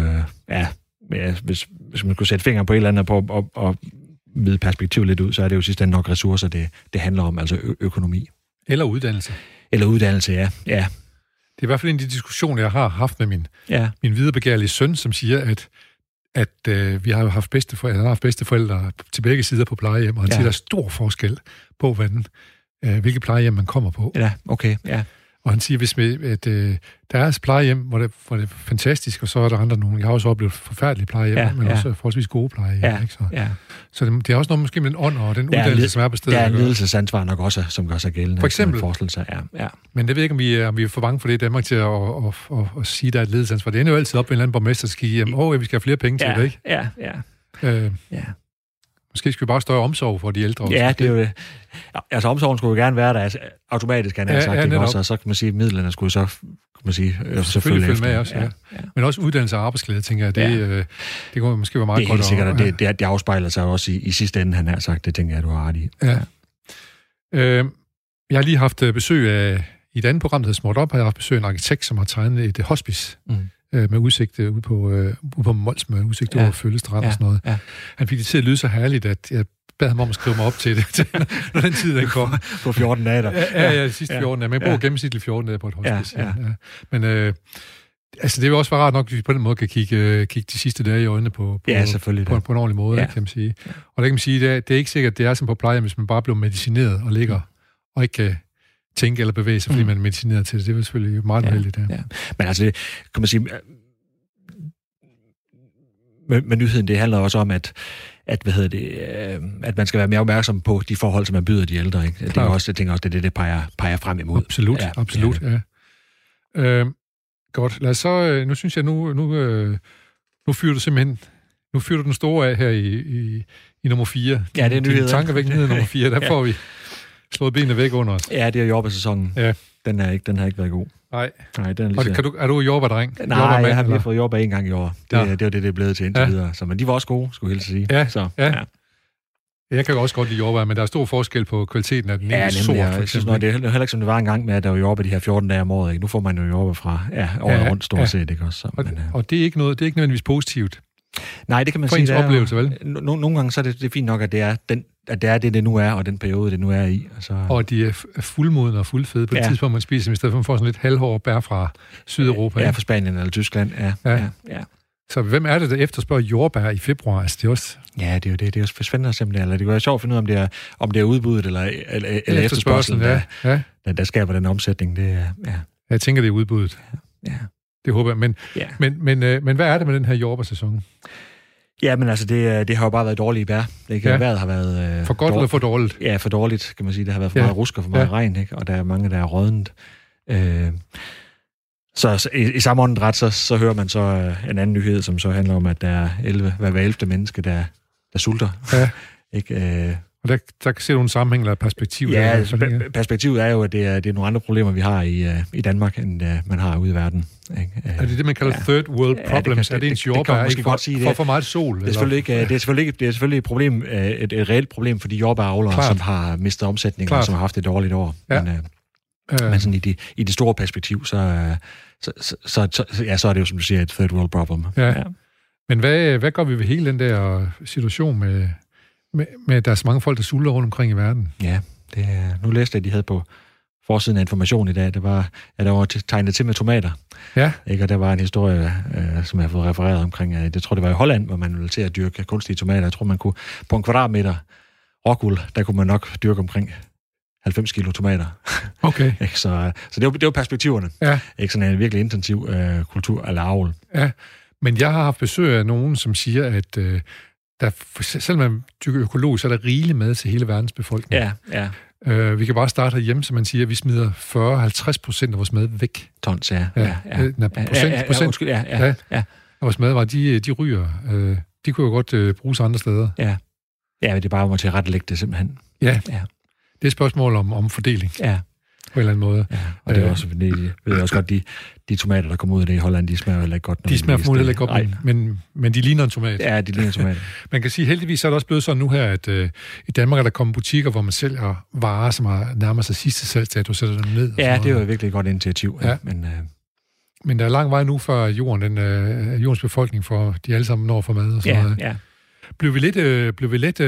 hvis man kunne sætte fingeren på et eller andet på og vide perspektivet lidt ud, så er det jo sidst nok ressourcer, det handler om, altså økonomi. Eller uddannelse. Eller uddannelse, ja. Det er i hvert fald en af de diskussioner, jeg har haft med min viderebegærlige søn, som siger, at vi har jo haft bedsteforældre til begge sider på plejehjem, og han siger, der er stor forskel på, hvilke plejehjem man kommer på. Ja, okay, ja. Og han siger, at der er plejehjem, hvor det er fantastisk, og så er der andre nogle. Jeg har også oplevet forfærdelige plejehjem, men også forholdsvis gode plejehjem. Ja, ikke? Så det er også noget måske med den ånd og den uddannelse, som er på stedet. Der er en ledelsesansvar nok også, som gør sig gældende. For eksempel. Ja. Men jeg ved ikke, om vi er for bange for det i Danmark til at sige, at der er et ledelsesansvar. Det ender jo altid op med en eller anden borgmester, der skal give hjem, vi skal have flere penge til det, ikke? Ja. Måske skal vi bare større omsorg for de ældre. Ja, det er jo det. Altså, omsorgen skulle jo gerne være der automatisk, han har sagt, også, og så kan man sige, at midlerne skulle så, kan man sige, selvfølgelig følge med også, ja. Men også uddannelse og arbejdsglæde, tænker jeg, det kunne måske være meget godt. Det er helt sikkert, og det afspejler sig også i sidste ende, han har sagt, det tænker jeg, du har ret i. Ja. Jeg har lige haft besøg af, i et andet program, der hedder Smart Op, har jeg haft besøg af en arkitekt, som har tegnet et hospice, med udsigt ude på Mols, med udsigt over Føllestrand og sådan noget. Ja. Han fik det til at lyde så herligt, at jeg bad ham om at skrive mig op til det, når den tid den kom. På 14 dage der. Ja, de sidste 14 dage. Men jeg bor gennemsnitligt 14 dage på et hospice. Ja. Men altså, det vil også være rart nok, at vi på den måde kan kigge de sidste dage i øjnene på en ordentlig måde, kan man sige. Og der kan man sige, det er ikke sikkert, at det er som på plejehjem, hvis man bare bliver medicineret og ligger og ikke kan tænke eller bevæge sig, fordi man er medicineret til det. Det er selvfølgelig meget uheldigt. Ja. Men altså, kan man sige, med nyheden, det handler også om, at man skal være mere opmærksom på de forhold, som man byder de ældre. Ikke? Det er også, jeg tænker også, det peger frem imod. Absolut. Godt. Lad os så, nu synes jeg, nu fyrer du simpelthen, den store af her i nummer 4. Ja, det er nyheden. Tankevækkende nummer 4, der får vi slået benene væk under os. Ja, det er jordbærsæsonen. Ja. Den har ikke været god. Nej, den er lige er du jordbærdreng? Nej, jeg har lige fået jordbær en gang i år. Det var det er blevet til indtil videre. Så, men de var også gode, skulle jeg helst sige. Ja. Jeg kan også godt lide jordbær, men der er stor forskel på kvaliteten af den ene sort. Jeg synes, det er heller ikke, som det var engang med, at der var jordbær de her 14 dage om året. Ikke? Nu får man jo jordbær fra året rundt stort set. Ikke? Også, og det er ikke nødvendigvis positivt. Nej, det kan man sige. Oplevelse, vel? Nogle gange så er det fint nok, at det er det nu er, og den periode, det nu er i. Og de er fuldmodne og fuldfede på det tidspunkt, man spiser, i stedet for at man får sådan lidt halvhårde bær fra Sydeuropa. Ja, fra Spanien eller Tyskland. Ja. Så hvem er det, der efterspørger jordbær i februar? Altså, det er også... Ja, det er jo det. Det er jo spændende simpelthen. Eller det kunne være sjovt at finde ud af, om det er udbuddet eller efterspørgselen, der skaber den omsætning. Det er, Jeg tænker, det er udbuddet. Ja. Det håber jeg. Men hvad er det med den her jordbærsæson? Ja, men altså, det har jo bare været dårlige bær. Vejret har været... for godt eller for dårligt? Ja, for dårligt, kan man sige. Det har været for meget rusk og for meget regn, ikke? Og der er mange, der er rådent. Så i samme åndedræt, så hører man så en anden nyhed, som så handler om, at der er hver 11. menneske, der sulter. Ja. Ikke? Og der ser du en sammenhæng eller perspektiv? Ja, perspektivet er jo, at det er nogle andre problemer, vi har i Danmark, end man har ude i verden. Ikke? Er det det, man kalder third world problems? Er det ens jordbær ikke for meget sol? Det er selvfølgelig et problem, et reelt problem for de jordbæravlere, som har mistet omsætning og som har haft et dårligt år. Ja. Men sådan i det store perspektiv, så er det jo, som du siger, et third world problem. Ja. Men hvad gør vi ved hele den der situation med der er så mange folk, der sulter rundt omkring i verden? Ja, nu læste jeg, at de havde på forsiden af Information i dag, der var tegnet til med tomater. Ja. Ikke? Og der var en historie, som jeg har fået refereret omkring, jeg tror, det var i Holland, hvor man ville til at dyrke kunstige tomater. Jeg tror, man kunne på en kvadratmeter råguld, der kunne man nok dyrke omkring 90 kilo tomater. Okay. Så det var perspektiverne. Ja. Ikke sådan en virkelig intensiv kultur eller avl. Ja, men jeg har haft besøg af nogen, som siger, at selvom man dyrker økologisk, så er der rigeligt mad til hele verdens befolkning. Ja. Vi kan bare starte herhjemme, som man siger, at vi smider 40-50% af vores mad væk. Tons, ja. Procent. Ja. Vores madvarer, de ryger. De kunne jo godt bruges andre steder. Ja, men det er bare at tilrettelægge det simpelthen. Ja. Det er et spørgsmål om fordeling. Ja. På en eller anden måde. Ja, og det er også, fordi jeg ved også godt, de tomater, der kommer ud af det i Holland, de smager heller ikke godt. De smager formodentlig ikke godt, men de ligner en tomat. Ja, de ligner en tomat. Man kan sige, heldigvis er det også blevet sådan nu her, at i Danmark er der kommet butikker, hvor man sælger varer, som har nærmer sig sidste salgsdato, sætter dem ned. Ja, det er jo virkelig et godt initiativ. Ja. Men der er lang vej nu før jordens befolkning, for de alle sammen når for mad og sådan noget. Ja. Blev vi lidt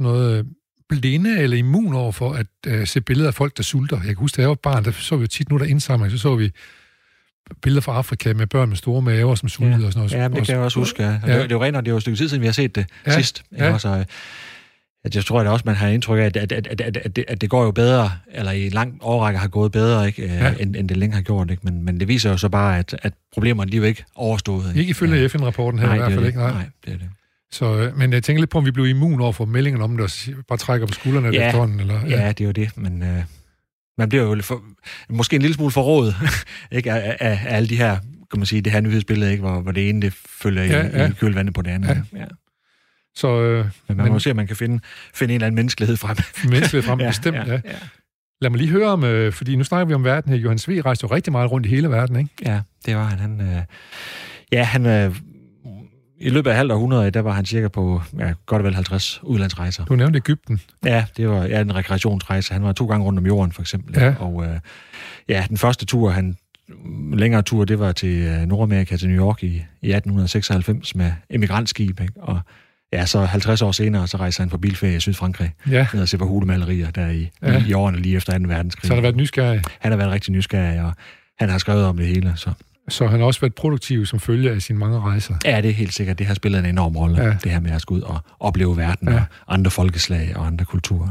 blinde eller immun over for at se billeder af folk, der sulter. Jeg kan huske, da jeg var barn, der så vi tit nu der indsamling, så vi billeder fra Afrika med børn med store maver, som sultede og sådan noget. Ja, men det kan jeg også huske. Ja. Det er jo rent, og det er jo et stykke tid siden, vi har set det sidst. Ja. Også, jeg tror, at også man har indtryk af, at det går jo bedre, eller i lang årrække har gået bedre, ikke, end det længe har gjort. Ikke? Men det viser jo så bare, at problemerne de er jo ikke overstået. Ikke ifølge FN-rapporten her i hvert fald. Nej, det er det. Så, men jeg tænker lidt på, om vi blev immun over for meldingen om det, og bare trækker på skuldrene efterhånden. Eller, ja, det er jo det, men man bliver jo måske en lille smule forrådet ikke, af alle de her, kan man sige, det her nyhedsbillede, ikke, hvor det ene det følger i kølvandet på det andet. Ja. Så, men man må se, at man kan finde en eller anden menneskelighed frem. Bestemt, ja. Lad mig lige høre om, fordi nu snakker vi om verden her. Johannes V. rejste jo rigtig meget rundt i hele verden, ikke? Ja, det var han. I løbet af halvt århundrede, der var han cirka på godt og vel 50 udlandsrejser. Du nævnte Egypten. Ja, det var en rekreationsrejse. Han var 2 gange rundt om jorden, for eksempel. Ja. Og den første længere tur, det var til Nordamerika, til New York i 1896 med emigrantskib. Ikke? Og så 50 år senere, så rejser han på bilferie i Sydfrankrig. Ja. Ned og se på hulemalerier der i årene lige efter 2. verdenskrig. Så han har været nysgerrig? Han har været rigtig nysgerrig, og han har skrevet om det hele, Så han har også været produktiv som følge af sine mange rejser? Ja, det er helt sikkert. Det har spillet en enorm rolle, det her med at gå ud og opleve verden og andre folkeslag og andre kulturer.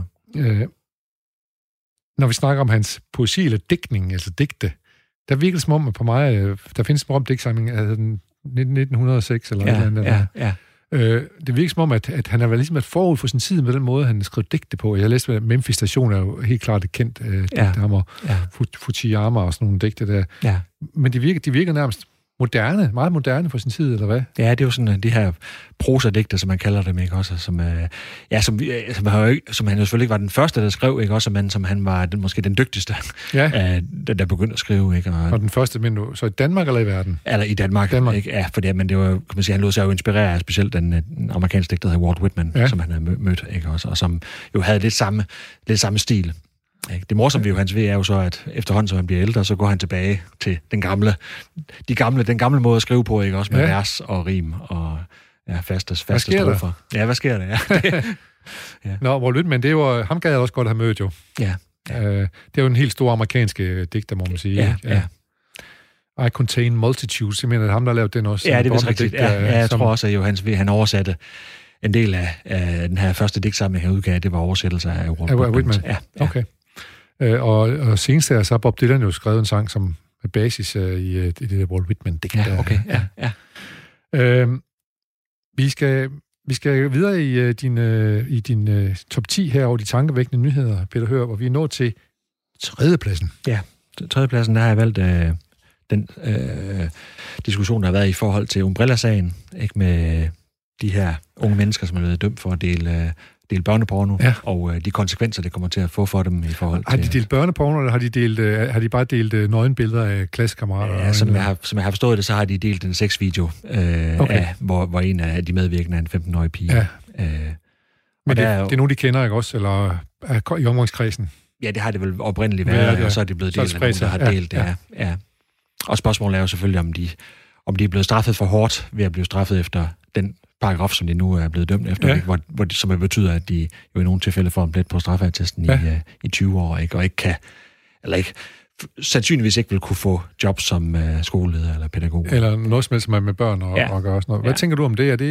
Når vi snakker om hans poesi eller digtning, altså digte, der virker det som om, at på mig, der findes en digtsamling af 1906 eller noget andet. Ja. Det virker som om, at han har været ligesom forud for sin tid med den måde, han skrev digte på. Jeg læste, at Memphis Station er jo helt klart et kendt digte, og Fujiyama og sådan nogle digte der. Ja. Men de virker nærmest meget moderne for sin tid, eller hvad? Ja, det er jo sådan de her prosadigter, som man kalder dem, ikke også? Som han jo selvfølgelig ikke var den første, der skrev, ikke også? Men som han var måske den dygtigste, der begyndte at skrive, ikke? Og den første, men så i Danmark eller i verden? Eller i Danmark. Ikke? Ja, for det, men det var, kan man sige, han lod sig jo inspirere af specielt den amerikanske digter, der hedder Walt Whitman, som han havde mødt, ikke også? Og som jo havde lidt samme stil. Det morsomme ved Johannes V. er jo så, at efterhånden, som han bliver ældre, så går han tilbage til den gamle måde at skrive på, ikke også, med vers og rim og faste strofer. Ja, hvad sker der? Ja. Nå, Walt Whitman, det er jo, ham gad jeg også godt have mødt jo. Ja. Det er jo en helt stor amerikanske digter, må man sige. Ja. I Contain Multitudes, jeg mener, det ham, der lavede den også. Ja, det er rigtigt. Jeg tror også, at Johannes V. han oversatte en del af den her første digtsamling, han udgav, det var oversættelser af Walt Whitman. Ja. Okay. Og senest er så Bob Dylan jo skrevet en sang, som er basis i det der Walt Whitman-digt. Ja, okay. Ja. Vi skal videre i din top 10 her over de tankevækkende nyheder, Peter Hører, hvor vi er nået til tredjepladsen. Ja, tredjepladsen, der har jeg valgt den diskussion, der har været i forhold til Umbrella-sagen, ikke, med de her unge mennesker, som er blevet dømt for at dele børneporno, og de konsekvenser, det kommer til at få for dem i forhold til... Har de delt børneporno, eller har de bare delt nøgenbilleder af klassekammerater? Ja, som jeg har forstået det, så har de delt en sexvideo, hvor en af de medvirkende er en 15-årig pige. Ja. Men det er nogen, de kender, ikke også? Eller i omgangskredsen? Ja, det har det vel oprindeligt været, og så er det blevet delt af nogen, der har delt det. Ja. Og spørgsmålet er jo selvfølgelig, om de er blevet straffet for hårdt ved at blive straffet efter den paragraf, som de nu er blevet dømt efter, som betyder, at de jo i nogle tilfælde får en plet på straffeattesten i 20 år, ikke? Og ikke sandsynligvis ikke vil kunne få job som skoleleder eller pædagog. Eller noget som helst med børn og gøre sådan noget. Hvad tænker du om det?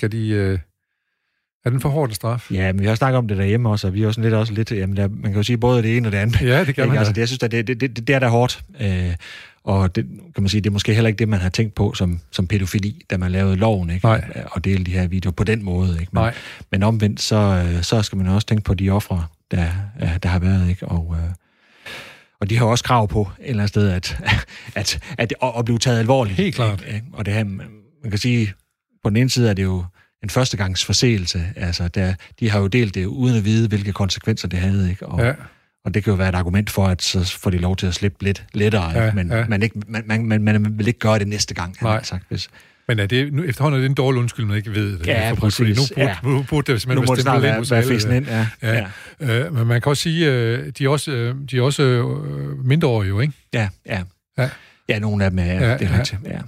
Er den for hård en straf? Ja, men vi har snakket om det derhjemme også, og vi er også lidt jamen man kan jo sige både det ene og det andet. Ja, det kan man. Altså, jeg synes, at det er da hårdt. Og det, kan man sige, det er måske heller ikke det, man har tænkt på som pædofili, da man lavede loven, ikke? Og dele de her videoer på den måde, ikke? Men omvendt, så skal man også tænke på de ofre, der har været, ikke? Og de har også krav på et eller andet sted, at blive taget alvorligt. Helt klart. Ikke? Og det her, man kan sige, på den ene side er det jo en førstegangs forseelse. Altså, de har jo delt det uden at vide, hvilke konsekvenser det havde, ikke? Og det kan jo være et argument for, at så får de lov til at slippe lidt lettere, men man vil ikke gøre det næste gang, har man sagt. Men er det, nu, efterhånden er det en dårlig undskyld, man ikke ved det. Ja, præcis. Nu burde det simpelthen være fæsen ind. Men man kan også sige, de er også mindreårige jo, ikke? Ja, nogle af dem er det rigtigt. Ja.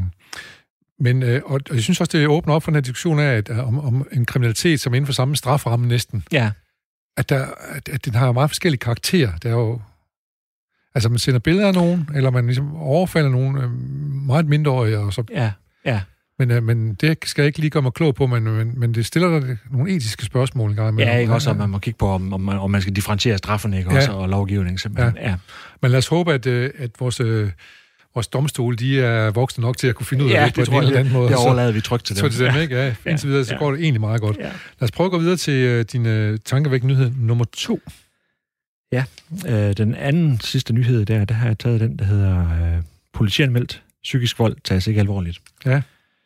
Men og jeg synes også, det åbner op for den her diskussion af, om en kriminalitet, som er inden for samme strafferamme næsten. Ja. At den har meget forskellige karakterer. Det er jo... Altså, man sender billeder af nogen, eller man ligesom overfalder nogen meget mindreårige, og så... Ja. Men det skal jeg ikke lige gøre mig klog på, men det stiller der nogle etiske spørgsmål en gang. Ja, ikke også, om man må kigge på, om man skal differentiere straffen, ikke også, og lovgivning simpelthen. Ja. Men lad os håbe, at vores domstole, de er voksne nok til at kunne finde ud af det på en eller anden måde. Det overlader vi trygt til dem. Så det dem, ikke? Ja, indtil videre, så går det egentlig meget godt. Ja. Lad os prøve at gå videre til din tankevækkende nyhed nummer 2. Ja, den anden sidste nyhed der har jeg taget den, der hedder politianmeldt psykisk vold tages ikke alvorligt. Ja.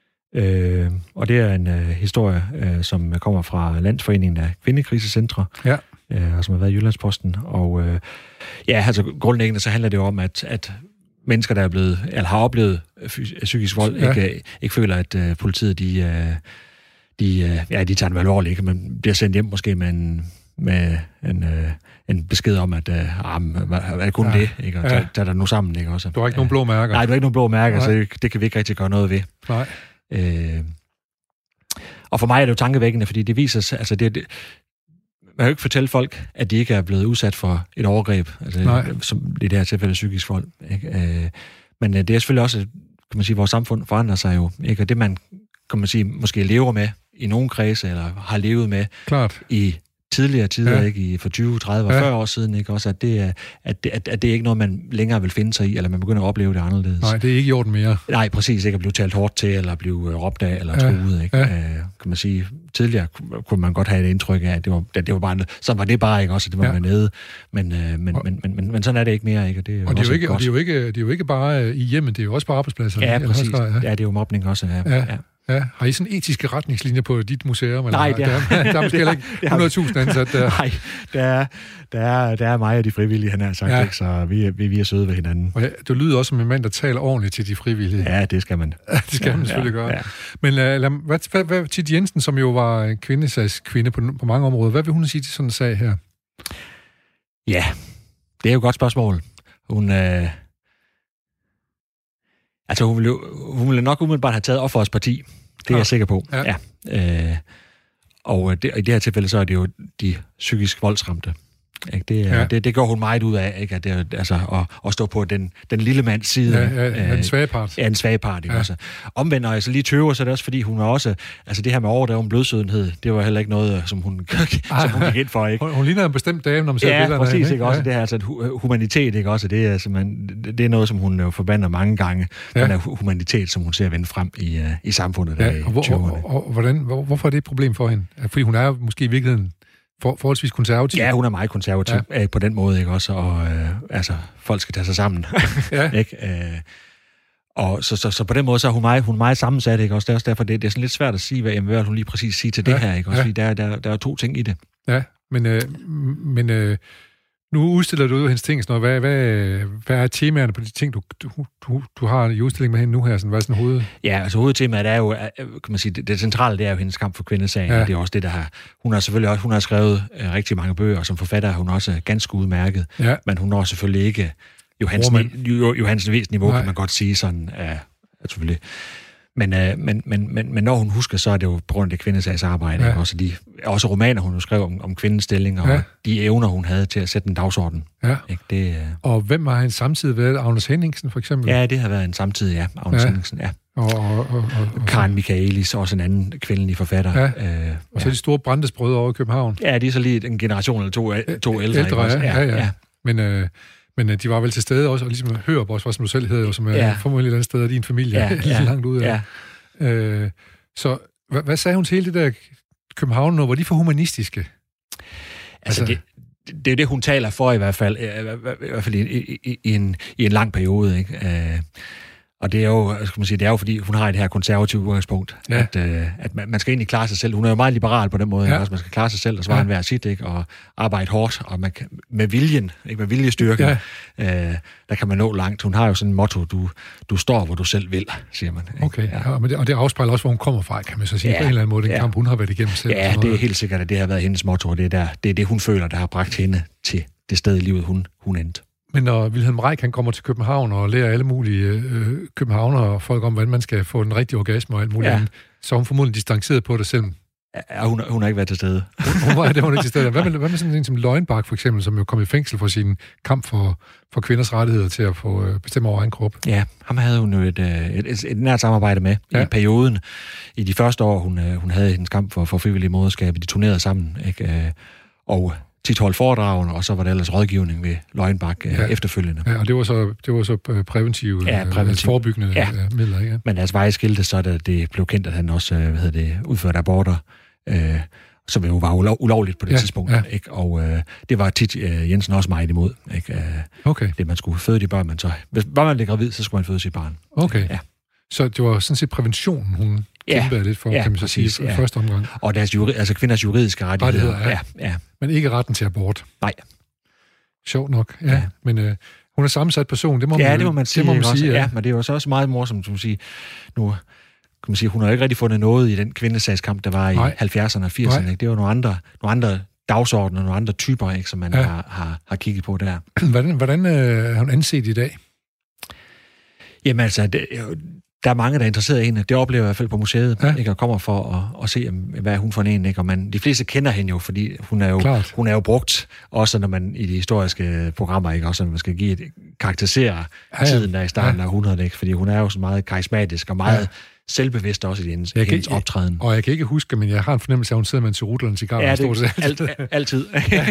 Og det er en historie, som kommer fra Landsforeningen af Kvindekrisecentre, og som har været i Jyllandsposten. Og altså grundlæggende så handler det jo om, at mennesker, der er blevet, eller har oplevet psykisk vold, ikke føler, at politiet, de tager dem alvorligt, ikke? Man bliver sendt hjem måske med en besked om, at er det kun det, ikke? Og tager der nu sammen, ikke? Også. Du har ikke nogen blå mærker. Nej, du har ikke nogen blå mærker, så det kan vi ikke rigtig gøre noget ved. Nej. Og for mig er det jo tankevækkende, fordi det viser sig, altså man kan jo ikke fortælle folk, at de ikke er blevet udsat for et overgreb, altså som i det her tilfælde psykisk vold, ikke? Men det er selvfølgelig også, kan man sige, vores samfund forandrer sig jo, ikke? Og det man, kan man sige, måske lever med i nogle kredse, eller har levet med i tidligere tider, ikke, for 20, 30 og 40 år siden, ikke, også, at det er ikke noget, man længere vil finde sig i, eller man begynder at opleve det anderledes. Nej, det er ikke i orden mere. Nej, præcis, ikke at blive talt hårdt til, eller blive råbt af, eller truet, ikke. Kan man sige, tidligere kunne man godt have et indtryk af, at det var bare, så var det bare ikke også, at det var med nede, men sådan er det ikke mere, ikke, og det er jo også godt. Og det er jo ikke bare i hjemmet, det er jo også på arbejdspladser. Ja, præcis. Ja, det er jo mobning også, ja. Ja, har I sådan etiske retningslinjer på dit museum? Eller? Nej, der er måske heller ikke 100.000 ansat der. Nej, der er mig og de frivillige, han har sagt, ikke? Så vi er søde ved hinanden. Og du lyder også som en mand, der taler ordentligt til de frivillige. Ja, det skal man. Det skal man selvfølgelig gøre. Ja. Men hvad Thit Jensen, som jo var en kvinde på mange områder, hvad vil hun sige til sådan en sag her? Ja, det er jo et godt spørgsmål. Hun ville nok umiddelbart have taget offerets parti. Det er jeg sikker på. Ja. Og i det her tilfælde, så er det jo de psykisk voldsramte. Ikke? Det går hun meget ud af, ikke? At det, altså, at stå på den lille mands side. Den svage part. Ja, en svage part, ikke også. Omvendt, når jeg så lige tøver, så er det også, fordi hun er også, altså det her med overdreven blødsødenhed, det var heller ikke noget, som hun gik ind for, ikke? Hun ligner en bestemt dame, når man ser billederne. Ja, præcis, ikke også. Det her, altså humanitet, ikke også, det er noget, som hun jo forbander mange gange. Den her humanitet, som hun ser vende frem i samfundet der i 20'erne. Og hvorfor er det et problem for hende? Fordi hun er måske i virkeligheden forholdsvis konservativ. Ja, hun er meget konservativ på den måde, ikke også? Og folk skal tage sig sammen. Ikke? Og så på den måde, så er hun meget sammensat, ikke også? Det er også derfor, det er sådan lidt svært at sige, hvad hun lige præcis siger til det her, ikke også? Fordi der er to ting i det. Ja, men nu udstiller du hendes ting, sådan noget. Hvad er temaerne på de ting, du har i udstillingen med hende nu her? Sådan, hvad er sådan hovedet? Ja, altså hovedtemaet er jo, kan man sige, det centrale, det er jo hendes kamp for kvindesagen. Ja. Det er også det, der har... Hun har selvfølgelig også, hun har skrevet rigtig mange bøger, og som forfatter er hun også ganske udmærket. Ja. Men hun når selvfølgelig ikke Johansen V's niveau, kan man godt sige sådan, selvfølgelig. Men når hun husker, så er det jo på grund af det kvindesagsarbejde. Ja. Også romaner, hun skrev om kvindens stilling, og de evner, hun havde til at sætte en dagsorden. Ja. Ikke? Og hvem har han samtidig været? Agnes Henningsen, for eksempel? Ja, det har været en samtidig, Agnes Henningsen, Og Karen Michaelis, også en anden kvindelig forfatter. Ja. Og så de store Brandes-brødre over i København. Ja, de er så lige en generation eller to ældre. Ja. Men de var vel til stede også, og ligesom Hørup også, som du selv hedder, som er formodentlig et eller andet sted af din familie, lige langt ud af. Ja. Så hvad sagde hun til hele det der København nu? Var de for humanistiske? Altså det er jo det, hun taler for i hvert fald i en lang periode, ikke? Og det er jo, skal man sige, det er jo fordi, hun har det her konservative udgangspunkt, at man skal egentlig klare sig selv. Hun er jo meget liberal på den måde, også man skal klare sig selv og svare hver sit, ikke? Og arbejde hårdt, og man kan, med viljen, ikke, med viljestyrke, der kan man nå langt. Hun har jo sådan en motto, du står, hvor du selv vil, siger man. Ikke? Okay, og det afspejler også, hvor hun kommer fra, kan man så sige, på en eller anden måde, den kamp, hun har været igennem selv. Ja, det er helt sikkert, at det har været hendes motto, og det er det, hun føler, der har bragt hende til det sted i livet, hun endte. Men når Wilhelm Reich, han kommer til København og lærer alle mulige københavnere og folk om, hvordan man skal få den rigtige orgasme og alt muligt andet, så er hun formodentlig distanceret på det selv. Ja, hun har ikke været til stede. Hun var ikke til stede. Hvad med sådan en som Løgnbak, for eksempel, som jo kom i fængsel for sin kamp for kvinders rettigheder til at få bestemme over egen krop? Ja, ham havde hun jo et nært samarbejde med i perioden. I de første år, hun havde hendes kamp for frivillig moderskab, de turnerede sammen, ikke? Og tit holdt foredragene, og så var det ellers rådgivning ved Løgnbak efterfølgende. Ja, og det var så præventive, forebyggende midler, ikke? Men deres veje skilte, så da det blev kendt, at han også udførte aborter, som jo var ulovligt på det tidspunkt. Ja. Ikke? Og det var tit Jensen også meget imod. Ikke? Det, man skulle føde de børn, hvis man blev gravid, så skulle man føde sit barn. Okay. Ja. Så det var sådan set præventionen, hun kæmpede lidt for, kan man så sige, i første omgang. Og deres kvinders juridiske rettigheder. Ja. Men ikke retten til abort. Nej. Sjovt nok, ja. Men hun er sammensat person, det må man sige. Ja, men det er jo så også meget morsomt, som sige, nu kan man sige, hun har ikke rigtig fundet noget i den kvindesagskamp, der var i 70'erne og 80'erne. Ikke? Det var nogle andre dagsordner, nogle andre typer, ikke, som man har kigget på der. Hvordan er hun anset i dag? Jamen altså, der er mange, der er interesseret i hende. Det oplever jeg i hvert fald på museet, ikke, og kommer for at se, hvad hun for en, ikke? Og de fleste kender hende jo, fordi hun er jo brugt, også når man i de historiske programmer, ikke? Også når man skal karakterisere tiden der i starten af århundredet, ikke? Fordi hun er jo så meget karismatisk og meget selvbevidst også i hendes optræden. Og jeg kan ikke huske, men jeg har en fornemmelse af, at hun sidder med en cigarut eller en cigar. Ja, det er altid.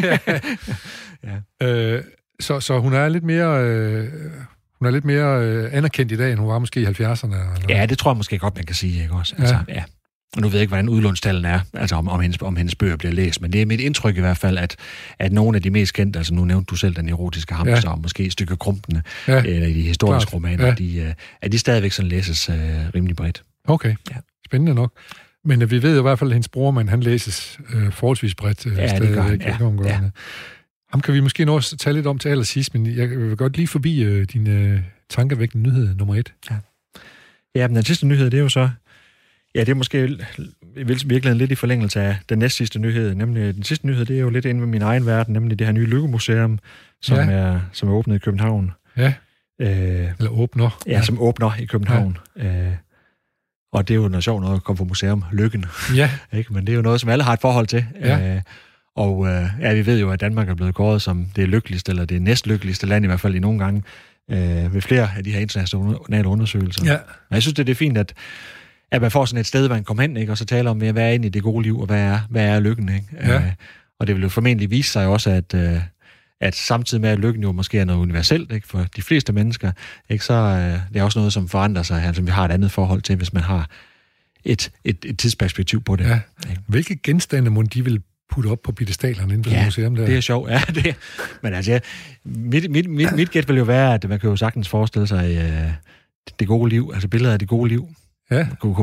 Ja. Så hun er lidt mere... Hun er lidt mere anerkendt i dag, end hun var måske i 70'erne. Eller? Ja, det tror jeg måske godt, man kan sige, ikke også? Altså, ja. Og nu ved jeg ikke, hvordan udlånstallene er, altså om hendes bøger bliver læst, men det er mit indtryk i hvert fald, at nogle af de mest kendte, altså nu nævnte du selv den erotiske hamster, og måske Stykke Krumpene, eller de historiske romaner, at de stadigvæk sådan læses rimelig bredt. Okay, spændende nok. Men vi ved jo i hvert fald, at hendes bror, men han læses forholdsvis bredt. Det gør han, ja. Ham kan vi måske nå at tale lidt om til allersidst, men jeg vil godt lige forbi din tankevækkende nyhed nummer 1. Ja, men den sidste nyhed, det er jo så... Ja, det er måske virkelig lidt i forlængelse af den næst sidste nyhed. Nemlig den sidste nyhed, det er jo lidt inde ved min egen verden, nemlig det her nye Lykkemuseum, som er åbnet i København. Ja, eller åbner. Ja, som åbner i København. Ja. Og det er jo noget sjovt noget at komme på museum. Lykken. Ja. Ikke? Men det er jo noget, som alle har et forhold til. Ja. Vi ved jo, at Danmark er blevet kåret som det lykkeligste, eller det næstlykkeligste land, i hvert fald i nogle gange, ved flere af de her internationale undersøgelser. Ja. Og jeg synes, det er fint, at man får sådan et sted, hvor man kommer hen, ikke? Og så taler om, hvad er inde i det gode liv, og hvad er lykken. Ikke? Ja. Og det vil jo formentlig vise sig også, at samtidig med, at lykken jo måske er noget universelt, ikke? For de fleste mennesker, ikke? Så det er også noget, som forandrer sig, altså vi har et andet forhold til, hvis man har et tidsperspektiv på det. Ja. Hvilke genstande må de vil putte op på piedestalerne inde på det museum der? Det er sjovt. Ja, men altså, mit gæt vil jo være, at man kan jo sagtens forestille sig det gode liv, altså billeder af det gode liv. Ja. Kunne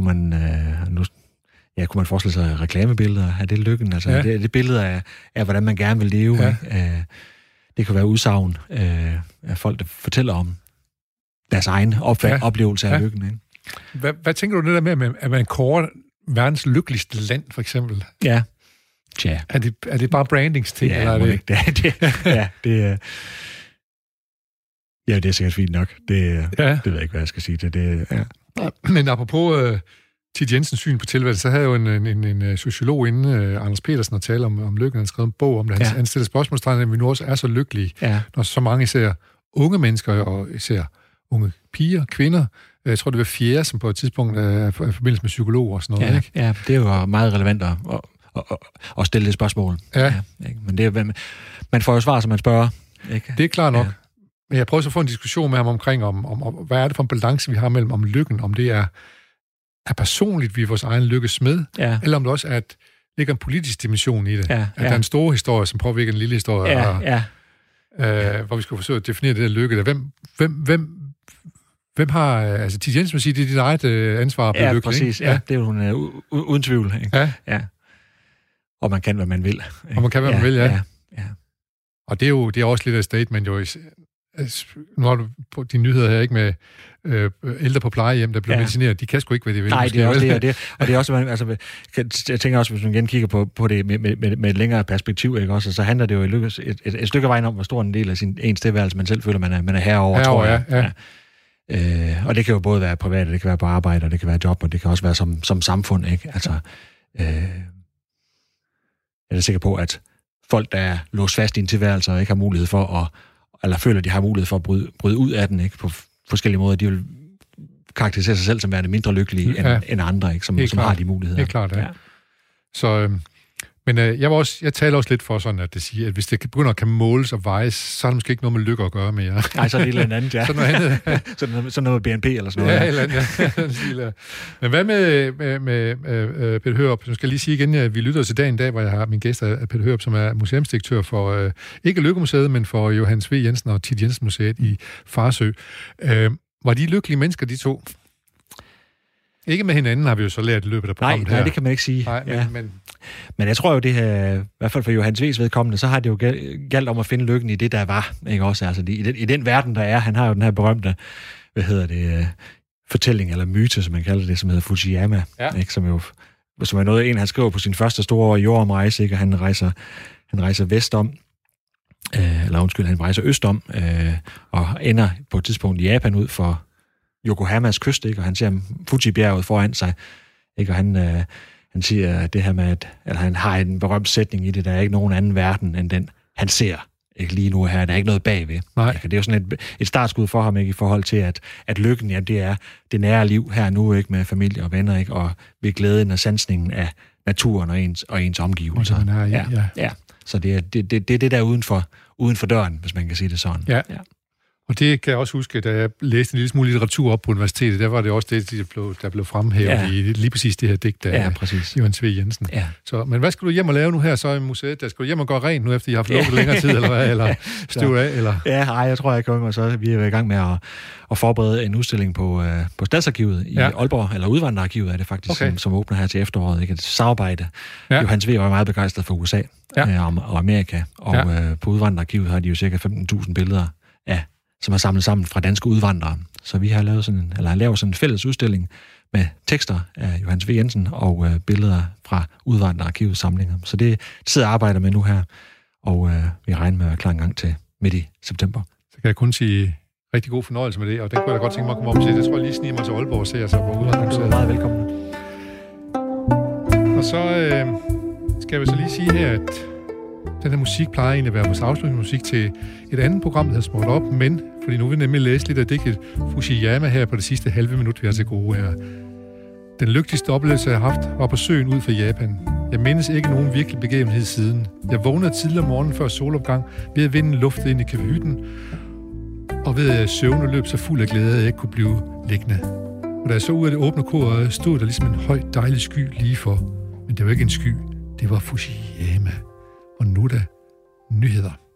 man forestille sig reklamebilleder? Er det lykken? Altså, det billeder af, hvordan man gerne vil leve. Ja. Det kan være udsagn af folk, der fortæller om deres egen oplevelse af lykken. Ikke? Hvad tænker du det der med, at man kårer verdens lykkeligste land, for eksempel? Ja. Tja. Er det bare brandingsting? Ja, eller er det? Ja, det er sikkert fint nok. Det ved jeg ikke, hvad jeg skal sige til det. Ja. Men apropos Thit Jensens syn på tilværelsen, så havde jo en sociolog inde, Anders Petersen, at tale om lykken. Han skrev en bog om det. Han stiller spørgsmålstegn, at vi nu også er så lykkelige, når så mange især unge mennesker, og især unge piger, kvinder, jeg tror, det var fjerde, som på et tidspunkt er i forbindelse med psykologer og sådan noget. Ikke? Ja, det er jo meget relevant at stille det spørgsmål. Ja. Men det er, man får jo svar, som man spørger. Ikke? Det er klart nok. Ja. Men jeg prøver så at få en diskussion med ham omkring, om hvad er det for en balance, vi har mellem om lykken, om det er personligt, vi er vores egen lykkes med, eller om det også er, ligger en politisk dimension i det. At der er en stor historie, som påvirker en lille historie, hvor vi skal forsøge at definere det der lykke. Hvem har... Altså, Thit Jensen vil sige, det er dit eget ansvar at blive lykkelig. Præcis. Ja, det er jo uden tvivl. Ikke? Ja. Og man kan, hvad man vil. Ikke? Og man kan, hvad man vil, ja. Og det er også lidt af et statement, jo. Nu har du på de nyheder her, ikke, med ældre på plejehjem, der bliver medicineret. De kan sgu ikke, hvad de vil. Nej, det er også det. Og det er også, altså, jeg tænker også, hvis man igen kigger på det med et længere perspektiv, ikke også, så handler det jo et stykke af vejen om, hvor stor en del af ens tilværelse, man selv føler, man er herover, tror jeg. Ja. Og det kan jo både være privat, det kan være på arbejde, og det kan være job, og det kan også være som samfund, ikke? Altså, jeg er sikker på, at folk, der er låst fast i en tilværelse, og ikke har mulighed for eller føler, de har mulighed for at bryde ud af den, ikke? På forskellige måder, de vil karakterisere sig selv som værende mindre lykkelige end andre, ikke? Som har de muligheder. Det er klart, ja. Så, men jeg taler også lidt for sådan, at det siger, at hvis det begynder at kan måles og vejes, så er det måske ikke noget med lykke at gøre mere. Nej, så er det et eller andet, ja. Sådan noget andet. sådan noget med BNP eller sådan noget. Ja, eller andet, ja. Men hvad med Peter Hørup? Nu skal jeg lige sige igen, at vi lytter til dagen i dag, hvor jeg har min gæst af Peter Hørup, som er museumsdirektør for, ikke Lykkemuseet, men for Johannes V. Jensen og Thit Jensen Museet i Farsø. Var de lykkelige mennesker, de to? Ikke med hinanden, har vi jo så lært i løbet af programmet her. Nej, det kan man ikke sige. Nej, men jeg tror jo, det her, i hvert fald for Johannes V's vedkommende, så har det jo galt om at finde lykken i det, der var. Ikke også? Altså, i den verden, der er. Han har jo den her berømte, fortælling, eller myte, som man kalder det, som hedder Fujiyama. Ja. Ikke? Som er noget, han skriver på sin første store jordomrejse, ikke? Og han rejser vestom, han rejser østom, og ender på et tidspunkt i Japan ud for Yokohamas kyst, ikke? Og han ser Fuji-bjerget foran sig, ikke? Og han siger det her med, at han har en berømt sætning i det, der er ikke nogen anden verden end den, han ser, Ikke lige nu her, der er ikke noget bagved. Nej. Ikke? Det er jo sådan et startskud for ham, ikke? I forhold til, at lykken, ja, det er det nære liv her nu, ikke? Med familie og venner, ikke? Og ved glæden og sansningen af naturen og ens omgivelser. Ja. Så det er det der uden for døren, hvis man kan sige det sådan. Ja. Og det kan jeg også huske, da jeg læste en lille smule litteratur op på universitetet, der var det også det, der blev fremhævet i lige præcis det her digt af Johannes V. Jensen. Ja. Så, men hvad skal du hjem og lave nu her så i museet? Der skal du hjem og gøre rent nu, efter I har haft lukket længere tid, eller hvad? Eller støve af? Eller? Ja, jeg tror, jeg kommer så. Vi er i gang med at forberede en udstilling på Stadsarkivet i Aalborg, eller Udvandrerarkivet er det faktisk, som åbner her til efteråret. Ikke? Et samarbejde. Ja. Johannes V. var meget begejstret for USA og Amerika, og på Udvandrerarkivet har de jo cirka 15.000 billeder som er samlet sammen fra danske udvandrere. Så vi har lavet sådan en fælles udstilling med tekster af Johannes V. Jensen og billeder fra Udvandrerarkivets samlinger. Så det sidder jeg og arbejder med nu her, og vi regner med at være klar en gang til midt i september. Så kan jeg kun sige rigtig god fornøjelse med det, og den kunne jeg da godt tænke mig at komme op til. Det tror jeg lige sniger mig til Aalborg og ser sig på Udvandrermuseet. Du er meget velkommen. Og så skal jeg så lige sige her, at den her musik plejer egentlig at være vores afslutningsmusik til et andet program, der hedder Småt Op, men fordi nu vil vi nemlig læse lidt af digtet Fushiyama her på det sidste halve minut, vi har til gode her. Den lykkeligste oplevelse, jeg har haft, var på søen ud for Japan. Jeg mindes ikke nogen virkelig begivenhed siden. Jeg vågnede tidligere om morgenen før solopgang, ved at vinden luftede ind i kahytten, og ved at søvne løb så fuld af glæde, at jeg ikke kunne blive liggende. Og da jeg så ud af det åbne kor, stod der ligesom en høj, dejlig sky lige for. Men det var ikke en sky, det var Fushiyama. Og nu da nyheder.